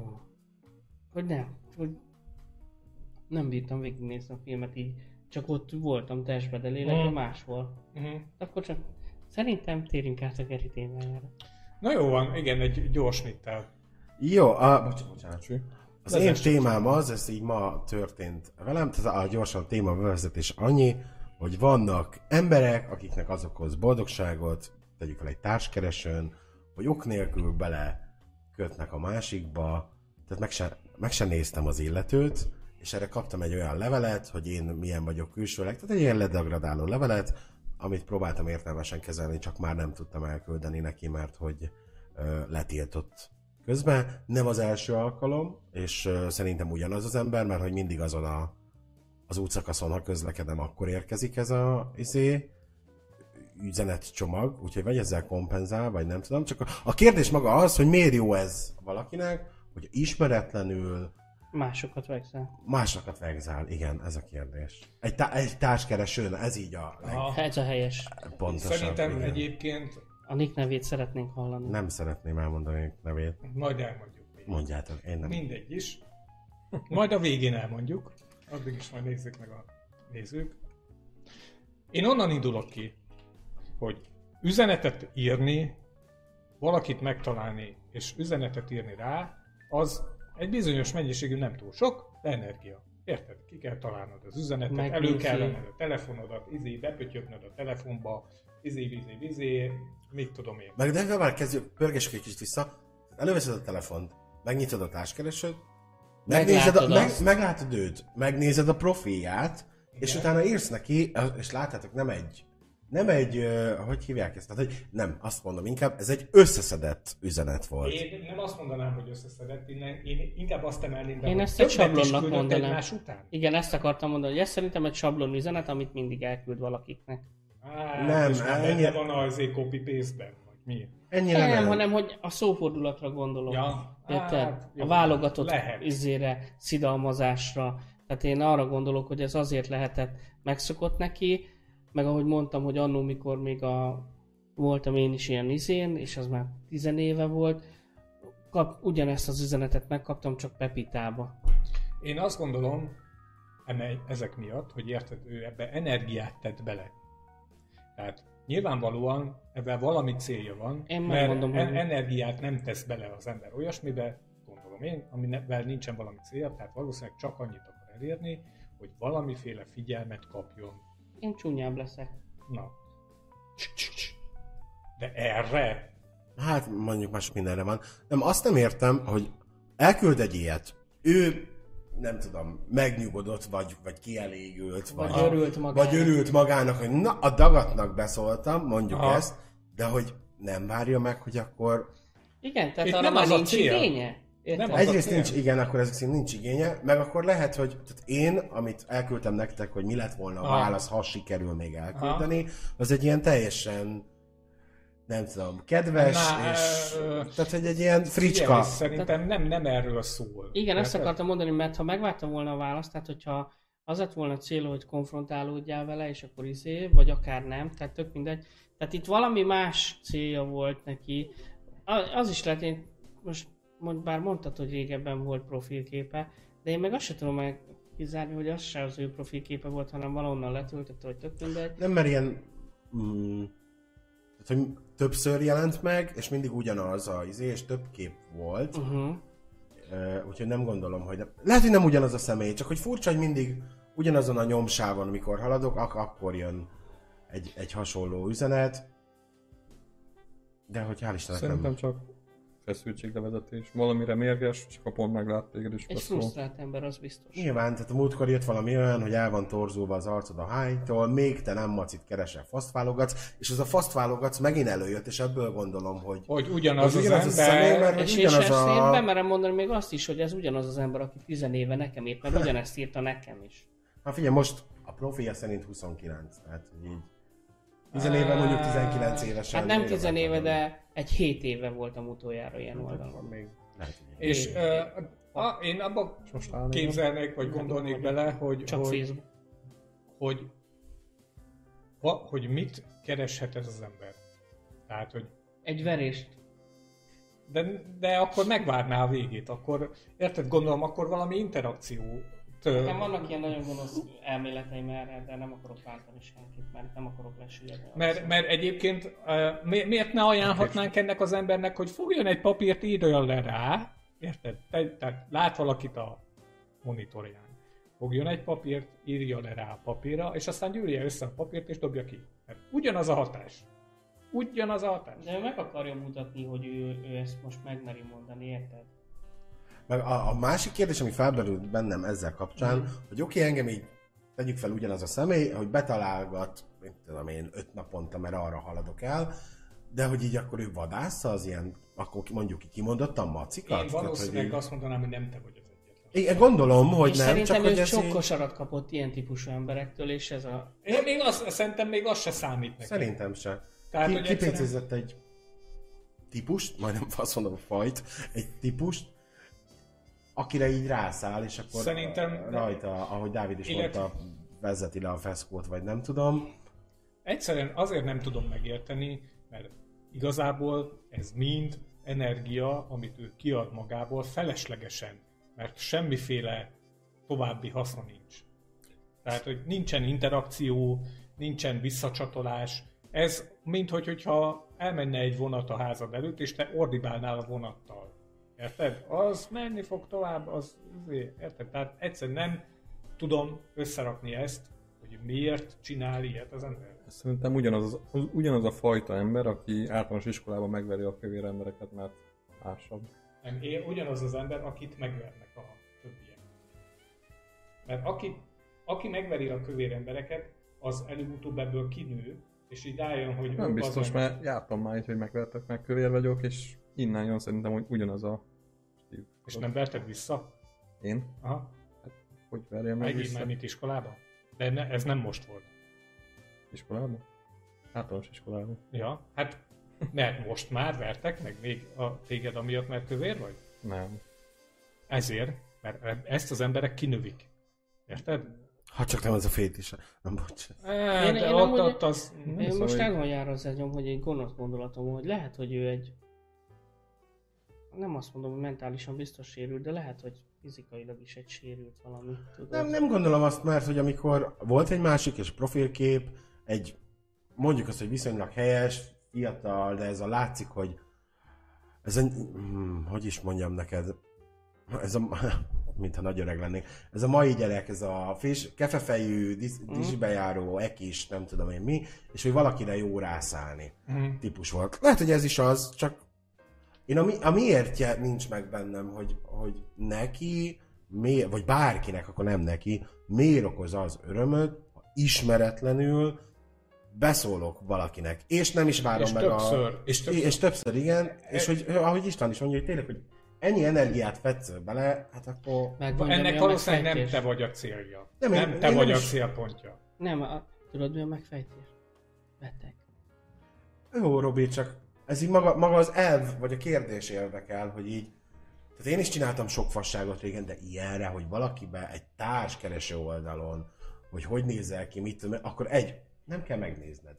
nem bírtam végignézni a filmet így, csak ott voltam testben, de lélekben máshol. Akkor csak szerintem térjünk át a Geri témájára. Na jó van, igen, egy gyors mittel. Jó, bocsánat. Az én témám ez így ma történt velem, tehát gyorsan a téma bevezetés annyi, hogy vannak emberek, akiknek az okoz boldogságot, tegyük fel egy társkeresőn, hogy ok nélkül bele kötnek a másikba, tehát meg sem néztem az illetőt, és erre kaptam egy olyan levelet, hogy én milyen vagyok külsőleg, tehát egy ilyen ledegradáló levelet, amit próbáltam értelmesen kezelni, csak már nem tudtam elküldeni neki, mert hogy letiltott közben. Nem az első alkalom, és szerintem ugyanaz az ember, mert hogy mindig azon az útszakaszon, ha közlekedem, akkor érkezik ez a üzenetcsomag, úgyhogy vagy ezzel kompenzál, vagy nem tudom. Csak a kérdés maga az, hogy miért jó ez valakinek, hogy ismeretlenül Másokat vegzál, igen, ez a kérdés. Egy társkeresőn, ez így ez a helyes. Pontosabb. Szerintem igen. Egyébként... A Nick nevét szeretnénk hallani. Nem szeretném elmondani a Nick nevét. Majd elmondjuk. Mondjátok, én nem. Mindegy is. Majd a végén elmondjuk. Addig is majd nézzük meg a nézők. Én onnan indulok ki, hogy üzenetet írni, valakit megtalálni és üzenetet írni rá, az egy bizonyos mennyiségű, nem túl sok, de energia. Érted? Ki kell találnod az üzenetet, elő kell venned a telefonodat, bepötyöknöd a telefonba, mit tudom én. Meg de már kezdjük, pörgessük egy kicsit vissza. Előveszed a telefont, megnyitod a társkeresőt, meglátod őt, megnézed a profilját, igen. És utána írsz neki, és látjátok, nem egy, hogy hívják ezt? Tehát, hogy nem, azt mondom inkább, ez egy összeszedett üzenet volt. Én nem azt mondanám, hogy összeszedett, én inkább azt emelném be, én ezt egy sablonnak mondanám. Igen, ezt akartam mondani, hogy ez szerintem egy sablon üzenet, amit mindig elküld valakiknek. Nem, benne van az copy-paste-ben, vagy mi? Nem, hanem hogy a szófordulatra gondolok. Ja, érted? A válogatott szidalmazásra. Tehát én arra gondolok, hogy ez azért lehetett megszokott neki, meg ahogy mondtam, hogy annó, mikor még voltam én is ilyen és az már 10 éve volt, ugyanezt az üzenetet megkaptam, csak Pepitába. Én azt gondolom, ezek miatt, hogy érted, ő ebbe energiát tett bele. Tehát nyilvánvalóan ebben valami célja van, mert mondom, energiát nem tesz bele az ember olyasmibe, gondolom én, amivel nincsen valami célja, tehát valószínűleg csak annyit akar elérni, hogy valamiféle figyelmet kapjon. Én csúnyább leszek. Na. De erre? Hát mondjuk más mindenre van. Nem, azt nem értem, hogy elküld egy ilyet. Ő, nem tudom, megnyugodott, vagy kielégült, vagy örült magának, hogy na, a dagatnak beszóltam, mondjuk ezt, de hogy nem várja meg, hogy akkor... Igen, tehát arra már nincs igénye. Egyrészt nincs, igen, akkor ezek szerint nincs igénye, meg akkor lehet, hogy tehát én, amit elküldtem nektek, hogy mi lett volna a válasz, ha sikerül még elküldeni, az egy ilyen teljesen, nem tudom, kedves, és tehát egy ilyen fricska. Szerintem nem erről szól. Igen, ezt akartam mondani, mert ha megvártam volna a választ, tehát hogyha az lett volna cél, hogy konfrontálódjál vele, és akkor vagy akár nem, tehát tök mindegy. Tehát itt valami más célja volt neki. Az is lehet, én most bár mondtad, hogy régebben volt profilképe, de én meg azt sem tudom megkizárni, hogy az se az ő profilképe volt, hanem valahonnan letöltötte, hogy tök mindegy. Nem, mert ilyen... tehát, hogy többször jelent meg, és mindig ugyanaz és több kép volt. Úgyhogy nem gondolom, hogy... Lehet, hogy nem ugyanaz a személy, csak hogy furcsa, hogy mindig ugyanazon a nyomsávon, amikor haladok, akkor jön egy hasonló üzenet. De hogy hál' Istennek szerintem csak feszültséglevezetés. Valamire mérges, és akkor pont meglát téged is. Egy frusztrált ember, az biztos. Nyilván, tehát a múltkor jött valami olyan, hogy el van torzulva az arcod a hánytól, még te nem macit keresel, fasztválogatsz, és az a fasztválogatsz megint előjött, és ebből gondolom, hogy ugyanaz az ember. Személy, mert és én bemerem mondani még azt is, hogy ez ugyanaz az ember, aki 10 éve nekem írt, mert ugyanezt írta nekem is. Hát figyelj, most a profilja szerint 29, tehát így 10 éve, mondjuk 19 évesen. Hát nem 10 éve, de egy 7 éve voltam utoljára ilyen oldalon. Még lehet, és én abban képzelnék, vagy gondolnék bele, hogy mit kereshet ez az ember. Tehát, hogy Egy verést. De akkor megvárná a végét, akkor, érted, gondolom, akkor valami interakció. Nekem vannak ilyen nagyon gonosz elméleteim erre, de nem akarok bántani senkit, mert nem akarok lesüllyedni. Mert egyébként miért ne ajánlhatnánk ennek az embernek, hogy fogjon egy papírt, írjon le rá, érted? Tehát lát valakit a monitorján. Fogjon egy papírt, írja le rá a papírra, és aztán gyűrje össze a papírt és dobja ki. Mert ugyanaz a hatás. Ugyanaz a hatás. De ő meg akarja mutatni, hogy ő ezt most megmeri mondani, érted? Meg a másik kérdés, ami felmerült bennem ezzel kapcsán, hogy oké, engem így tegyük fel ugyanaz a személy, hogy betalálgat, mint tudom én, 5 naponta, mert arra haladok el, de hogy így akkor ő vadásza az ilyen, akkor mondjuk kimondottan macikat? Én valószínűleg azt mondanám, hogy nem te vagy az egyetlen. Igen, gondolom, hogy és nem. Szerintem csak ő hogy sok kosarat kapott ilyen típusú emberektől, és ez a... Szerintem még az se számít neki. Szerintem se. Tehát, Kipécézett egy típust, majdnem azt mondom a fajt, egy típust, akire így rászáll, és akkor szerintem rajta, ahogy Dávid is mondta, vezeti le a feszkót, vagy nem tudom. Egyszerűen azért nem tudom megérteni, mert igazából ez mind energia, amit ő kiad magából feleslegesen, mert semmiféle további haszna nincs. Tehát, hogy nincsen interakció, nincsen visszacsatolás. Ez minthogyha elmenne egy vonat a házad előtt, és te ordibálnál a vonattal. Érted? Az menni fog tovább, érted? Tehát egyszerűen nem tudom összerakni ezt, hogy miért csinál ilyet az ember. Szerintem ugyanaz a fajta ember, aki általános iskolában megveri a kövér embereket, mert másabb. Nem, ugyanaz az ember, akit megvernek a többiek. Mert aki megveri a kövér embereket, az előbb-utóbb ebből kinő, és így rájön, hogy... Nem biztos, mert jártam már így, hogy megvertek, meg kövér vagyok, és innen jön szerintem, hogy ugyanaz a stíl. És nem verted vissza? Én? Aha. Hát, hogy verjem meg vissza? Megint mint iskolában? De ez nem most volt. Iskolában? Általános iskolában. Ja, hát mert most már vertek meg még téged amiatt, mert kövér vagy? Nem. Ezért, mert ezt az emberek kinövik. Érted? Ha csak nem az a fétise. Nem, bocsánat. De ott az... Én most azon jár az egyom, hogy egy gonosz gondolatom, hogy lehet, hogy ő egy... Nem azt mondom, hogy mentálisan biztos sérült, de lehet, hogy fizikailag is egy sérült valami. Nem gondolom azt, mert hogy amikor volt egy másik és profilkép, egy mondjuk azt, hogy viszonylag helyes, fiatal, de ez a látszik, hogy ez a, hogy is mondjam neked, ez a, mintha nagy öreg lennék, ez a mai gyerek, ez a kefefejű, disbejáró, ekis, nem tudom én mi, és hogy valakire jó rászállni típus volt. Lehet, hogy ez is az, csak én a miértje nincs meg bennem, hogy neki, vagy bárkinek, akkor nem neki, miért okoz az örömöt, ha ismeretlenül beszólok valakinek, és nem is várom és meg többször, és többször, igen, és hogy ahogy István is mondja, hogy tényleg, hogy ennyi energiát fetszöl bele, hát akkor... Ennek valószínűleg nem te vagy a célja. Nem te vagy a célpontja. Nem, tudod mi a megfejtés? Beteg. Jó, Robi, csak ez így maga az elv, vagy a kérdés érdekel, hogy így... Tehát én is csináltam sok fasságot régen, de ilyenre, hogy valakibe egy társkereső oldalon, hogy nézel ki, mit tudom, akkor nem kell megnézned.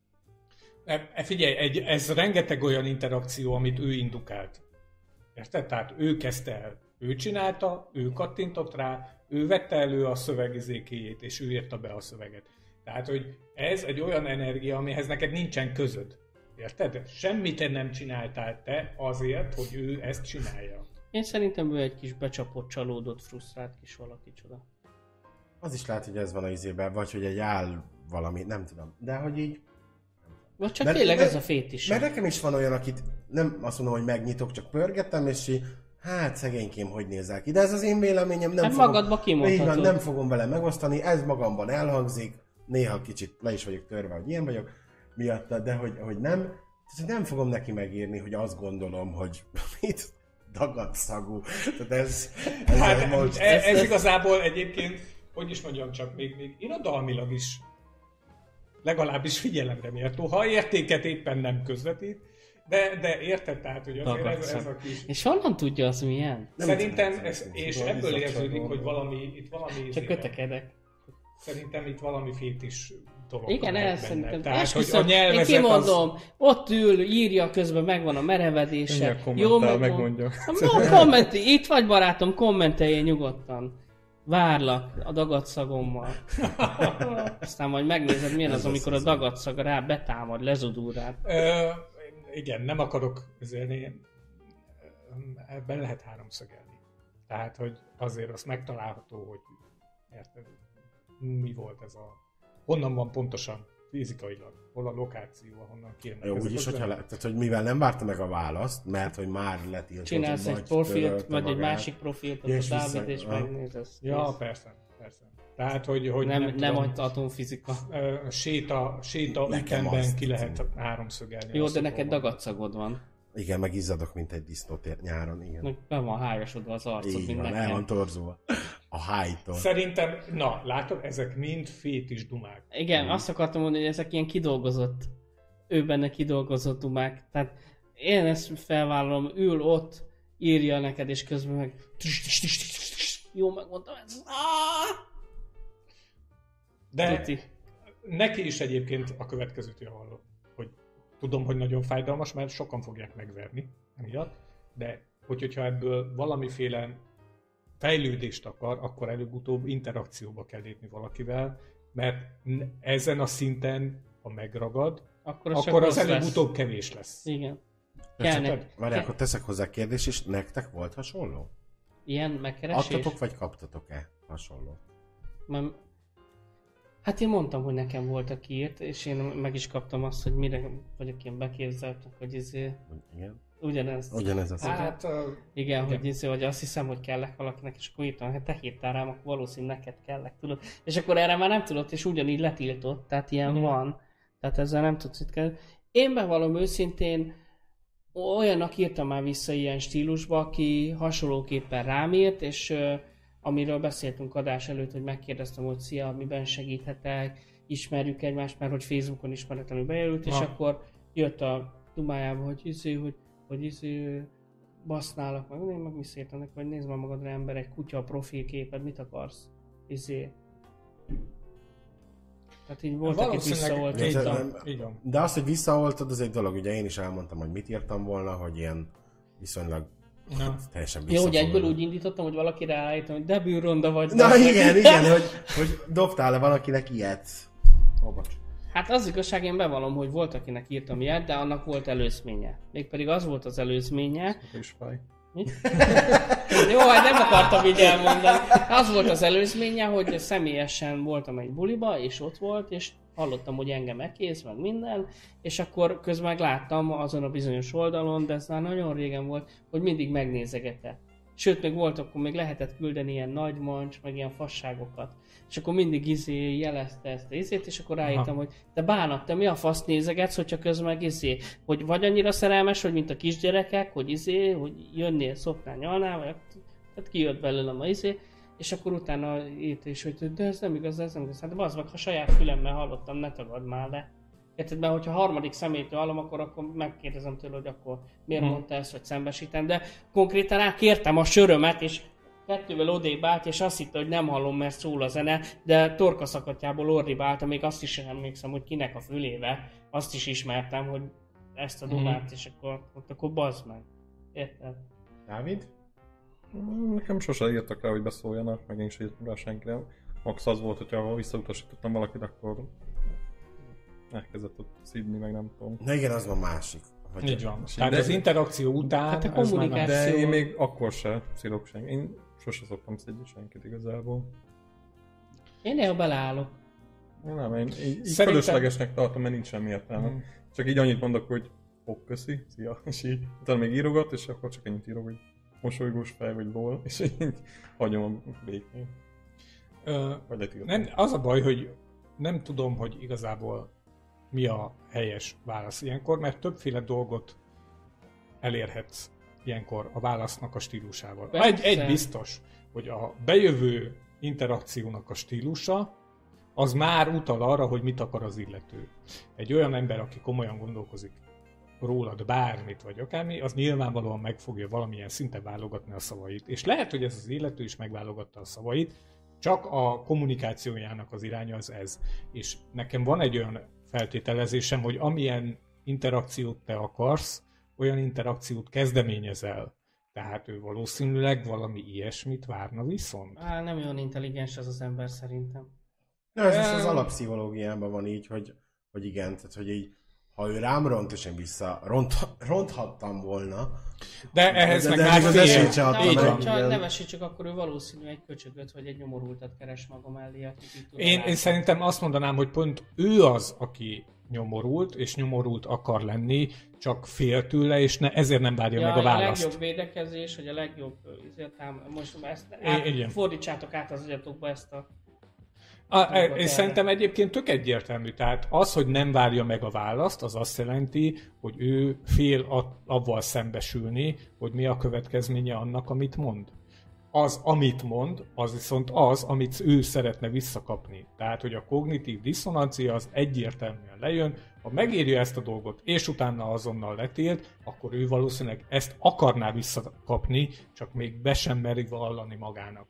Figyelj, ez rengeteg olyan interakció, amit ő indukált. Érted? Tehát ő kezdte el. Ő csinálta, ő kattintott rá, ő vette elő a szövegizékéjét, és ő írta be a szöveget. Tehát, hogy ez egy olyan energia, amihez neked nincsen közöd. Érted? Semmit nem csináltál te azért, hogy ő ezt csinálja. Én szerintem ő egy kis becsapott, csalódott, frusztrált kis valaki csoda. Az is lehet, hogy ez van a izében, vagy hogy egy valami, nem tudom. De hogy így... Vagy csak tényleg ez a fétis. Mert nekem is van olyan, akit nem azt mondom, hogy megnyitok, csak pörgettem, és így, hát szegénykém, hogy nézel ki. De ez az én véleményem, nem fogom... magadba kimondhatod. Így van, nem fogom vele megosztani, ez magamban elhangzik, néha kicsit le is vagyok törve, hogy ilyen vagyok miatta, de hogy nem. Tehát nem fogom neki megírni, hogy azt gondolom, hogy mit dagadszagú. Tehát ez igazából egyébként, hogy is mondjam, csak még irodalmilag is legalábbis figyelemre méltó, ha értéket éppen nem közvetít, de érted, tehát, hogy azért ez a kis... És honnan tudja az milyen? Szerintem, és ebből érződik, hogy itt valami... Csak kötekedek. Szerintem itt valami fétis dolog. Igen, ez szerintem. Tehát, hogy a nyelvezet én kimondom, ott ül, írja, közben megvan a merevedése. Jó, megmondja. Itt vagy barátom, kommenteljél nyugodtan. Várlak a dagadszagommal. Aztán majd megnézed, milyen az, amikor a dagadszag rá betámad, lezudul rád. Igen, nem akarok üzélni. Ebben lehet háromszögelni. Tehát, hogy azért az megtalálható, hogy érted, mi volt ez a... Honnan van pontosan fizikailag? Hol a lokáció, ahonnan kijönnek jó, úgyis, tehát, hogy mivel nem várta meg a választ, mert hogy már letiltott, csinálsz egy profilt, vagy egy másik profilt, ott a Dávid, és megnézed. Ja, persze. Tehát, hogy nem hagyta atomfizika. Séta ütemben ki lehet háromszögelni. Jó, de neked dagadszagod van. Igen, meg izzadok, mint egy disznót nyáron, igen. Meg be van hályosodva az arcod, mint nekem. El van torzulva. A hájtól. Szerintem, látod, ezek mind fétis dumák. Igen, azt akartam mondani, hogy ezek ilyen kidolgozott, ő benne kidolgozott dumák. Tehát én ezt felvállalom, ül ott, írja neked, és közben meg... Jó, megmondtam ezt. De neki is egyébként a következőt javaslom, hogy tudom, hogy nagyon fájdalmas, mert sokan fogják megverni emiatt, de hogyha ebből valamiféle fejlődést akar, akkor előbb-utóbb interakcióba kell lépni valakivel, mert ezen a szinten, ha megragad, akkor az előbb-utóbb kevés lesz. Igen. Várjál, akkor teszek hozzá kérdést, és nektek volt hasonló? Ilyen megkeresés? Adtatok vagy kaptatok-e hasonló? Hát én mondtam, hogy nekem volt, aki írt, és én meg is kaptam azt, hogy mire vagyok ilyen beképzeltek, hogy igen. Ugyanez az. Hát, igen, hogy azt hiszem, hogy kellek valakinek, és akkor írtam, hát te hívtál rám, akkor valószínűleg neked kellek, tudod. És akkor erre már nem tudott, és ugyanígy letiltott, tehát ilyen van. Tehát ezzel nem tudsz itt kell. Én bevallom őszintén, olyannak írtam már vissza ilyen stílusba, aki hasonlóképpen rám írt, és amiről beszéltünk adás előtt, hogy megkérdeztem, hogy szia, miben segíthetek, ismerjük egymást, mert hogy Facebookon ismeretlenül bejelölt, és akkor jött a dumájába, hogy basználak, meg visszaértenek, vagy nézd már magadra ember, egy kutya profilképed, mit akarsz? Tehát így volt, akit visszaoltottam. De azt, hogy visszaoltod, az egy dolog. Ugye én is elmondtam, hogy mit írtam volna, hogy ilyen viszonylag teljesen jó, hogy egyből úgy indítottam, hogy valakire állítom, hogy debűronda vagy. Na igen, hogy dobtál-e valakinek ilyet? Hát az igazság, én bevallom, hogy volt, akinek írtam ilyet, de annak volt előzménye. Mégpedig az volt az előzménye. És fáj. Mit? Jó, hát nem akartam így elmondani. Az volt az előzménye, hogy személyesen voltam egy buliba, és ott volt, és hallottam, hogy engem megkész, meg minden, és akkor közben megláttam azon a bizonyos oldalon, de ez már nagyon régen volt, hogy mindig megnézegette. Sőt, még volt, akkor még lehetett küldeni ilyen nagy mancs, meg ilyen fasságokat. És akkor mindig jelezte ezt a és akkor ráírtam, hogy te bánat, te mi a fasz nézegetsz, hogyha közben meg hogy vagy annyira szerelmes, hogy mint a kisgyerekek, hogy hogy jönnél, szopnál, nyalnál, vagy tehát kijött belőlem a és akkor utána írt is, hogy de ez nem igaz, Hát bazd meg, ha saját fülemmel hallottam, ne tagadd már le. Érted, mert hogyha harmadik személytől hallom, akkor megkérdezem tőle, hogy akkor miért mondta ezt, hogy szembesítem, de konkrétan rákértem a sörömet, és kettővel odébb állt, és azt hitte, hogy nem hallom, mert szól a zene, de torkaszakatjából ordibáltam, még azt is emlékszem, hogy kinek a fülébe, azt is ismertem, hogy ezt a dumát, és akkor bazd meg. Érted? Dávid? Nekem sose írtak rá, hogy beszóljanak, meg én sem írtam rá senkire. Max az volt, hogyha visszautasítottam valakit, akkor elkezdett ott szídni, meg nem tudom. Na igen, az van másik. Így van. Tehát az interakció után... Hát a kommunikáció... De én még akkor se szírok senki. Én sose szoktam szídni senkit igazából. Én néha beleállok. Nem, én így fölöslegesnek tartom, mert nincs semmi értelme. Csak így annyit mondok, hogy köszi, szia, és így utána még írogat, és akkor csak ennyit írok, hogy mosolygós fej, vagy ból, és így hagyom a békén. Az a baj, hogy nem tudom, hogy igazából mi a helyes válasz ilyenkor, mert többféle dolgot elérhetsz ilyenkor a válasznak a stílusával. Egy biztos, hogy a bejövő interakciónak a stílusa az már utal arra, hogy mit akar az illető. Egy olyan ember, aki komolyan gondolkozik rólad bármit vagy akármi, az nyilvánvalóan meg fogja valamilyen szinten válogatni a szavait. És lehet, hogy ez az illető is megválogatta a szavait, Csak a kommunikációjának az iránya az ez. És nekem van egy olyan feltételezésem, hogy amilyen interakciót te akarsz, olyan interakciót kezdeményezel. Tehát ő valószínűleg valami ilyesmit várna viszont. Nem olyan intelligens az ember szerintem. Ez az alapszichológiában van így, hogy igen, tehát hogy így, ha ő rám ront, és én ronthattam volna. De ehhez meg már fél. Ne vesítsük, akkor ő valószínű egy köcsögöt, vagy egy nyomorultat keres maga mellé. Én szerintem azt mondanám, hogy pont ő az, aki nyomorult, és nyomorult akar lenni, csak fél tőle, és ezért nem várja meg a választ. A legjobb védekezés, hogy a legjobb most ezt fordítsátok át az agyatokba ezt a... És szerintem egyébként tök egyértelmű. Tehát az, hogy nem várja meg a választ, az azt jelenti, hogy ő fél avval szembesülni, hogy mi a következménye annak, amit mond. Az, amit mond, az viszont az, amit ő szeretne visszakapni. Tehát, hogy a kognitív diszonancia az egyértelműen lejön, ha megírja ezt a dolgot, és utána azonnal letilt, akkor ő valószínűleg ezt akarná visszakapni, csak még be sem meri vallani magának.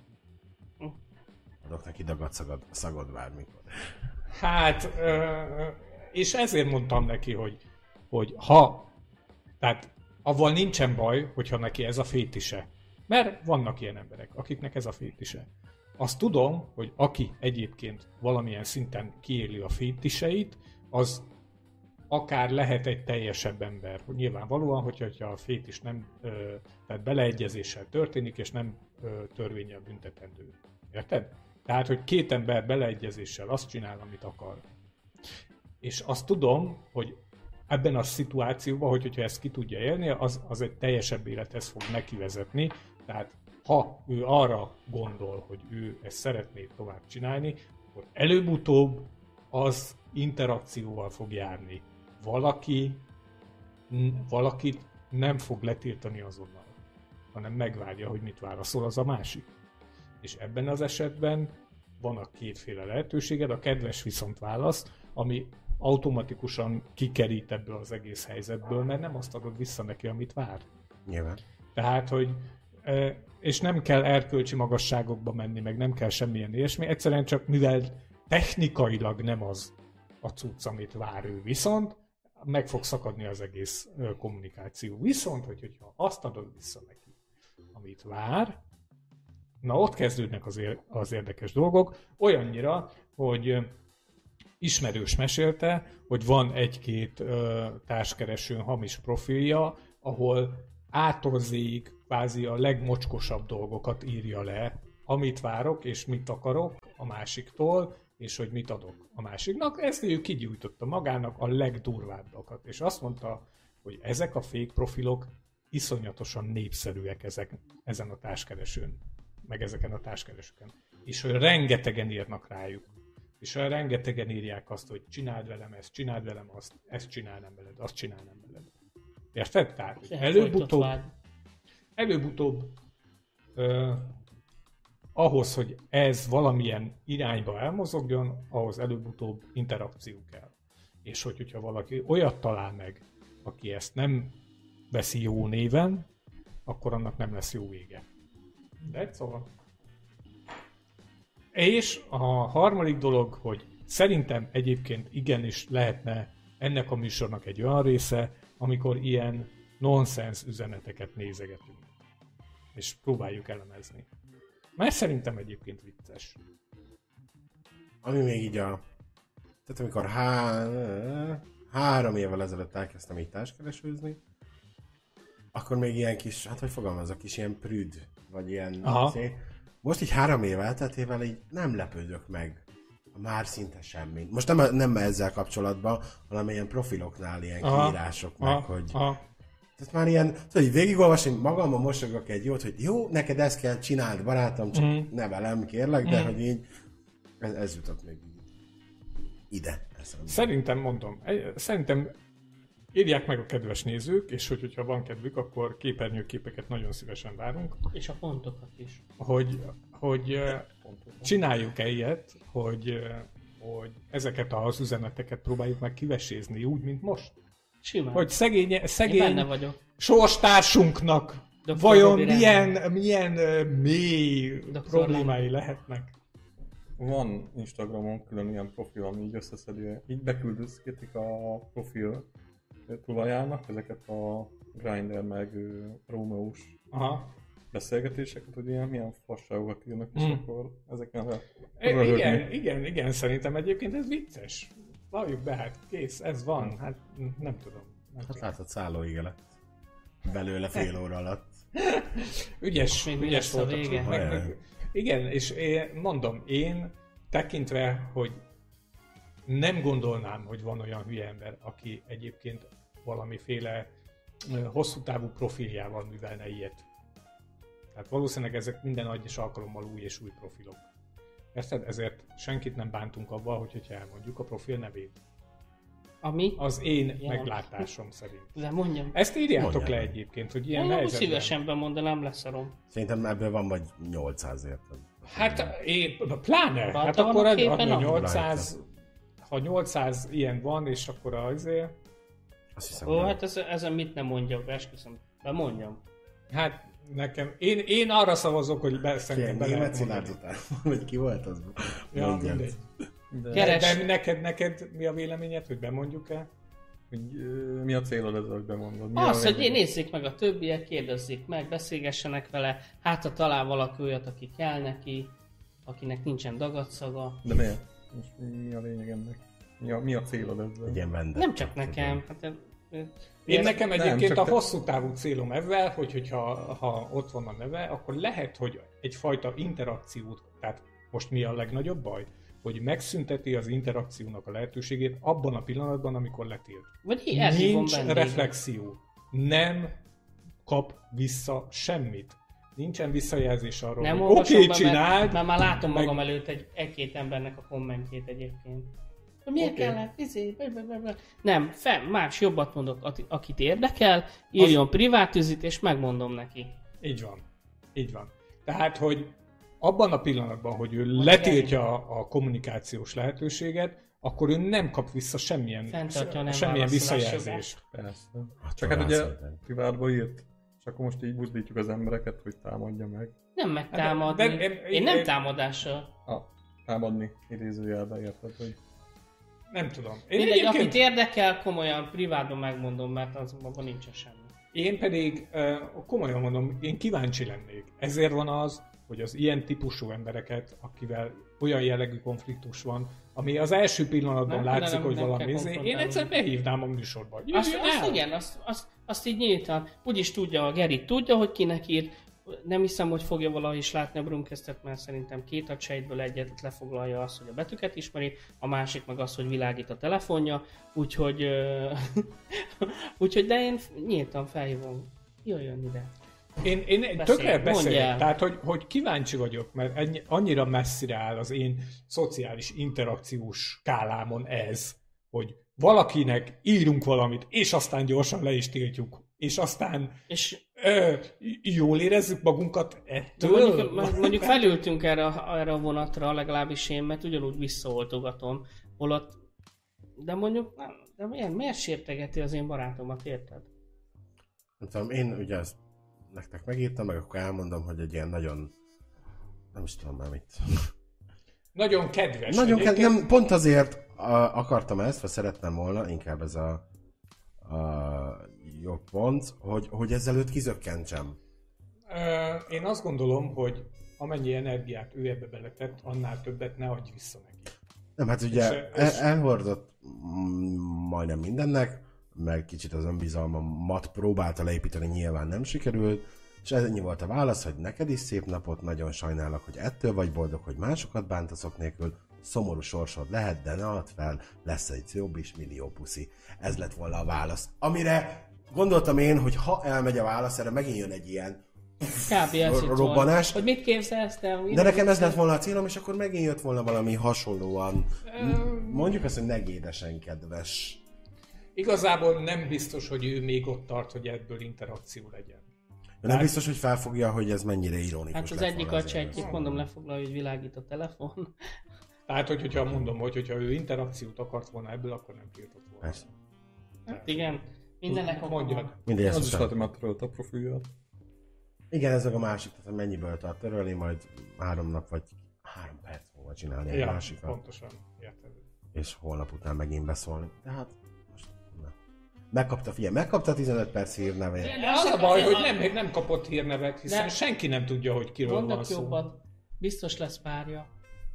Adok neki szagod bármikor. Hát, és ezért mondtam neki, hogy ha, tehát avval nincsen baj, hogyha neki ez a fétise. Mert vannak ilyen emberek, akiknek ez a fétise. Azt tudom, hogy aki egyébként valamilyen szinten kiéli a fétiseit, az akár lehet egy teljesebb ember. Nyilvánvalóan, hogyha a fétis nem, tehát beleegyezéssel történik, és nem törvénnyel büntetendő. Érted? Tehát, hogy két ember beleegyezéssel azt csinál, amit akar. És azt tudom, hogy ebben a szituációban, hogyha ezt ki tudja élni, az egy teljesebb élethez fog neki vezetni. Tehát ha ő arra gondol, hogy ő ezt szeretné tovább csinálni, akkor előbb-utóbb az interakcióval fog járni. Valakit nem fog letiltani azonnal, hanem megvárja, hogy mit válaszol az a másik. És ebben az esetben van a kétféle lehetőséged, a kedves viszont válasz, ami automatikusan kikerít ebből az egész helyzetből, mert nem azt adod vissza neki, amit vár. Nyilván. Tehát, hogy és nem kell erkölcsi magasságokba menni, meg nem kell semmilyen ilyesmi, egyszerűen csak mivel technikailag nem az a cucc, amit vár ő, viszont meg fog szakadni az egész kommunikáció. Viszont, hogyha azt adod vissza neki, amit vár, na ott kezdődnek az érdekes dolgok, olyannyira, hogy ismerős mesélte, hogy van egy-két társkeresőn hamis profilja, ahol A-tól Z-ig kvázi a legmocskosabb dolgokat írja le, amit várok és mit akarok a másiktól, és hogy mit adok a másiknak. Ezt ő kigyújtotta magának a legdurvábbakat, és azt mondta, hogy ezek a fake profilok iszonyatosan népszerűek ezen a társkeresőn, meg ezeken a társkeresőken. És hogy rengetegen írnak rájuk. És hogy rengetegen írják azt, hogy csináld velem ezt, csináld velem azt, ezt csinálnám veled, azt csinálnám veled. Érted? Tehát előbb-utóbb ahhoz, hogy ez valamilyen irányba elmozogjon, ahhoz előbb-utóbb interakció kell. És hogyha valaki olyat talál meg, aki ezt nem veszi jó néven, akkor annak nem lesz jó vége. De szóval. És a harmadik dolog, hogy szerintem egyébként igenis lehetne ennek a műsornak egy olyan része, amikor ilyen nonsens üzeneteket nézegetünk. És próbáljuk elemezni. Mert szerintem egyébként vicces. Ami még így tehát amikor 3 évvel ezelőtt elkezdtem így társkeresőzni, akkor még ilyen kis, hát hogy fogalmazok, kis ilyen prüd, vagy ilyen... Most így 3 év elteltével így nem lepődök meg már szinte semmi. Most nem ezzel kapcsolatban, hanem ilyen profiloknál ilyen kiírások meg, hogy... Tehát már ilyen, tudod, hogy végigolvasni, magamban mosogok egy jót, hogy jó, neked ezt kell csináld, barátom, csak ne velem, kérlek, de hogy így, ez jutott még ide. Szerintem írják meg a kedves nézők, és hogyha van kedvük, akkor képernyőképeket nagyon szívesen várunk. És a pontokat is. Hogy csináljuk-e ilyet, hogy ezeket az üzeneteket próbáljuk meg kivesézni úgy, mint most. Simán. Hogy szegény sorstársunknak vajon milyen mély problémái lehetnek? Van Instagramon külön ilyen profil, ami így összeszedi, így beküldözgetik a profil tulajának ezeket a Grindr meg Romeo-s beszélgetéseket, hogy milyen fasságokat írnak, és akkor ezeken lehet igen, szerintem egyébként ez vicces. Valljuk be, hát kész, ez van, hát nem tudom. Hát látod, szállóige lett belőle fél óra alatt. Ügyes volt a vége. Igen, és én tekintve, hogy nem gondolnám, hogy van olyan hülye ember, aki egyébként valamiféle hosszú távú profiljával művelne ilyet. Tehát valószínűleg ezek minden egyes alkalommal új és új profilok. Érted? Ezért senkit nem bántunk abban, hogyha elmondjuk a profil nevét. Ami? Az én meglátásom szerint. De mondjam. Ezt írjátok le egyébként, hogy ilyen helyzetben. Szívesen bemondanám, leszarom. Szerintem ebből van vagy 800 érted. Hát pláne. Hát akkor adni 800, ha 800 ilyen van, és akkor azért... Hát ezen mit nem mondjak, esküszöm. Bemondjam. Hát nekem, én arra szavazok, hogy szerintem be lehet mondani. Vagy ki volt az? Ja, mindegy. De neked mi a véleményed, hogy bemondjuk-e? Hogy, mi a célod ezzel, hogy bemondod? Az, hogy nézzék meg a többiek, kérdezzék meg, beszélgessenek vele, hát ha talál valaki olyat, aki kell neki, akinek nincsen dagadszaga. De miért? Most mi a lényeg ennek? Mi a célod ezzel? Nem csak nekem. Hát, én nekem egyébként a hosszú távú célom ezzel, hogyha ott van a neve, akkor lehet, hogy egyfajta interakciót, tehát most mi a legnagyobb baj? Hogy megszünteti az interakciónak a lehetőségét abban a pillanatban, amikor letilt. Nincs reflexió. Nem kap vissza semmit. Nincsen visszajelzés arról, nem hogy oké, csináld. Mert már látom magam előtt egy-két embernek a kommentjét egyébként. Miért kellett? Nem, más jobbat mondok, akit érdekel, írjon privát üzit, és megmondom neki. Így van. Tehát, hogy abban a pillanatban, hogy ő letiltja a kommunikációs lehetőséget, akkor ő nem kap vissza semmilyen visszajelzést. Persze. Csak hát ugye privátba írt, és akkor most így buzdítjuk az embereket, hogy támadja meg. Nem megtámadni. Én nem támadással. Támadni, idézőjelben érted, hogy... Nem tudom. Akit érdekel, komolyan privátban megmondom, mert azonban nincsen semmi. Én pedig komolyan mondom, én kíváncsi lennék. Ezért van az, hogy az ilyen típusú embereket, akivel olyan jellegű konfliktus van, ami az első pillanatban látszik, hogy valami én egyszer behívnám a műsorba. Azt így nyíltan. Úgyis tudja, a Geri tudja, hogy kinek írt. Nem hiszem, hogy fogja valahogy is látni a Brumcastet, mert szerintem két agysejtből egyet lefoglalja azt, hogy a betűket ismeri, a másik meg az, hogy világít a telefonja, úgyhogy de én nyíltan felhívom. Jöjjön ide. Én tökre beszélek, tehát hogy kíváncsi vagyok, mert annyira messzire áll az én szociális interakciós skálámon ez, hogy valakinek írunk valamit, és aztán gyorsan le is tiltjuk, és aztán jól érezzük magunkat ettől. Mondjuk felültünk erre a vonatra, legalábbis én, mert ugyanúgy visszaoltogatom, holott, de mondjuk, de miért sértegeti az én barátomat, érted? Nem tudom, én ugye ezt nektek megírtam, meg akkor elmondom, hogy egy ilyen nagyon, nem is tudom már mit. Nagyon kedves. Nem, pont azért akartam ezt, vagy szerettem volna, inkább ez a jobb pont, hogy ezzel őt kizökkentsem. Én azt gondolom, hogy amennyi energiát ő ebbe beletett, annál többet ne adj vissza neki. Nem, hát ugye elhordott majdnem mindennek, meg kicsit az önbizalmamat próbálta leépíteni, nyilván nem sikerült, és ennyi volt a válasz, hogy neked is szép napot, nagyon sajnálok, hogy ettől vagy boldog, hogy másokat bántaszok nélkül, szomorú sorsod lehet, de ne add fel, lesz egy jobb is millió puszi. Ez lett volna a válasz. Amire gondoltam én, hogy ha elmegy a válasz, erre megint jön egy ilyen robbanás. Hogy mit képzelsz te? De nekem ez lett volna a célom, és akkor megint jött volna valami hasonlóan, mondjuk azt, hogy negédesen kedves. Igazából nem biztos, hogy ő még ott tart, hogy ebből interakció legyen. De nem biztos, hogy felfogja, hogy ez mennyire ironikus. Hát az egyik acsejtjét mondom, lefoglalja, hogy világít a telefon. Tehát, hogyha mondom, hogyha ő interakciót akart volna ebből, akkor nem tiltott volna. Persze. Hát igen, mindennek mondjad. Az is lehet, hogy megtörölt a profilját. Igen, ez a másik, tehát mennyiből tart törölni, majd 3 nap vagy 3 perc múlva csinálni egy másikat. Pontosan, érted. És holnap után megint beszólni. De hát most megkapta 15 perc hírnevet. Az a baj, hogy nem kapott hírnevet, hiszen senki nem tudja, hogy kiről van szó. Jobbat. Biztos lesz párja.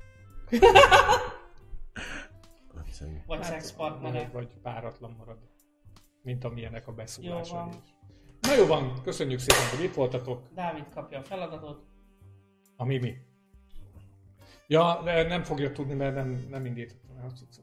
Vagy szexpartnere. Vagy páratlan marad. Mint amilyenek a beszólásai is. Na jó van, köszönjük szépen, hogy itt voltatok. Dávid kapja a feladatot. A Mimi. Ja, nem fogja tudni, mert nem indítottam el a cuccot.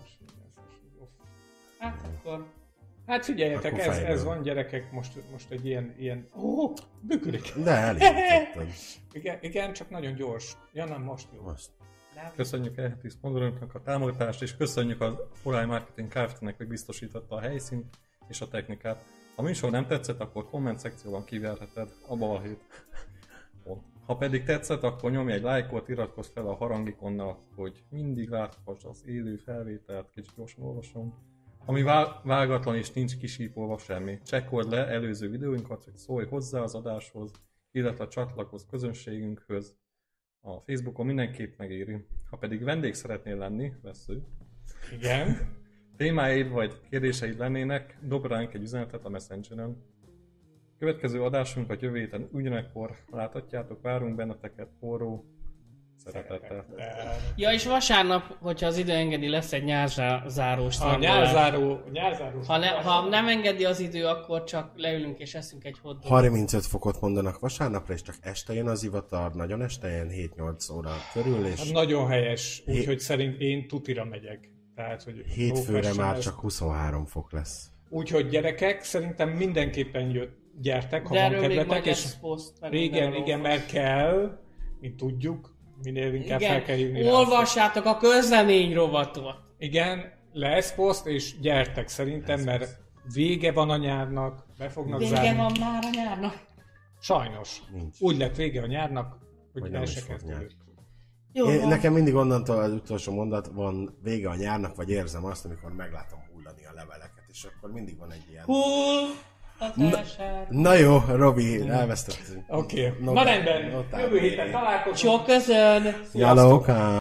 Hát akkor... Hát figyeljetek, ez van gyerekek, most egy ilyen... Működik. De elindítottad. Igen, csak nagyon gyors. Ja nem, most jó. Most. Köszönjük eheti szponzorunknak a támogatást, és köszönjük a Forai Marketing Kft-nek, hogy biztosította a helyszínt és a technikát. Ha a műsor nem tetszett, akkor komment szekcióban kiverheted a balhét. Ha pedig tetszett, akkor nyomj egy lájkot, iratkozz fel a harangikonnal, hogy mindig láthass az élő felvételt, kicsit gyorsan olvasom. Ami vágatlan és nincs kisípolva semmi. Csekkold le előző videóinkat, hogy szólj hozzá az adáshoz, illetve csatlakozz közönségünkhöz. A Facebookon mindenképp megéri. Ha pedig vendég szeretnél lenni, vesző. Igen. Témáid vagy kérdéseid lennének, dobd ránk egy üzenetet a Messengeren. Következő adásunkat jövő héten ugyanekkor láthatjátok, várunk benneteket forró szeretettel. Ja, és vasárnap, hogyha az idő engedi, lesz egy nyárzárós nyárzárós. Ha nem engedi az idő, akkor csak leülünk és eszünk egy hotdogot. 35 fokot mondanak vasárnapra, és csak este jön az ivatar, nagyon este jön 7-8 óra körül, és... Hát nagyon helyes, úgyhogy szerint én tutira megyek. Tehát, hogy hétfőre már csak 23 fok lesz. Úgyhogy gyerekek, szerintem mindenképpen gyertek, ha van kedvetek. És igen, mert kell, mint tudjuk, minél inkább fel kell hívni. Olvassátok a közlemény rovatot. Igen, lesz poszt, és gyertek szerintem, mert vége van a nyárnak, be fognak zárni. Vége van már a nyárnak. Sajnos. Nincs. Úgy lett vége a nyárnak, hogy el se kezdődött. Nekem mindig onnantól az utolsó mondat van, vége a nyárnak, vagy érzem azt, amikor meglátom hullani a leveleket, és akkor mindig van egy ilyen... Na jó, Robi, elvesztettünk. Oké. Na rendben, jövő héten találkozunk. Sok közön! Sziasztok!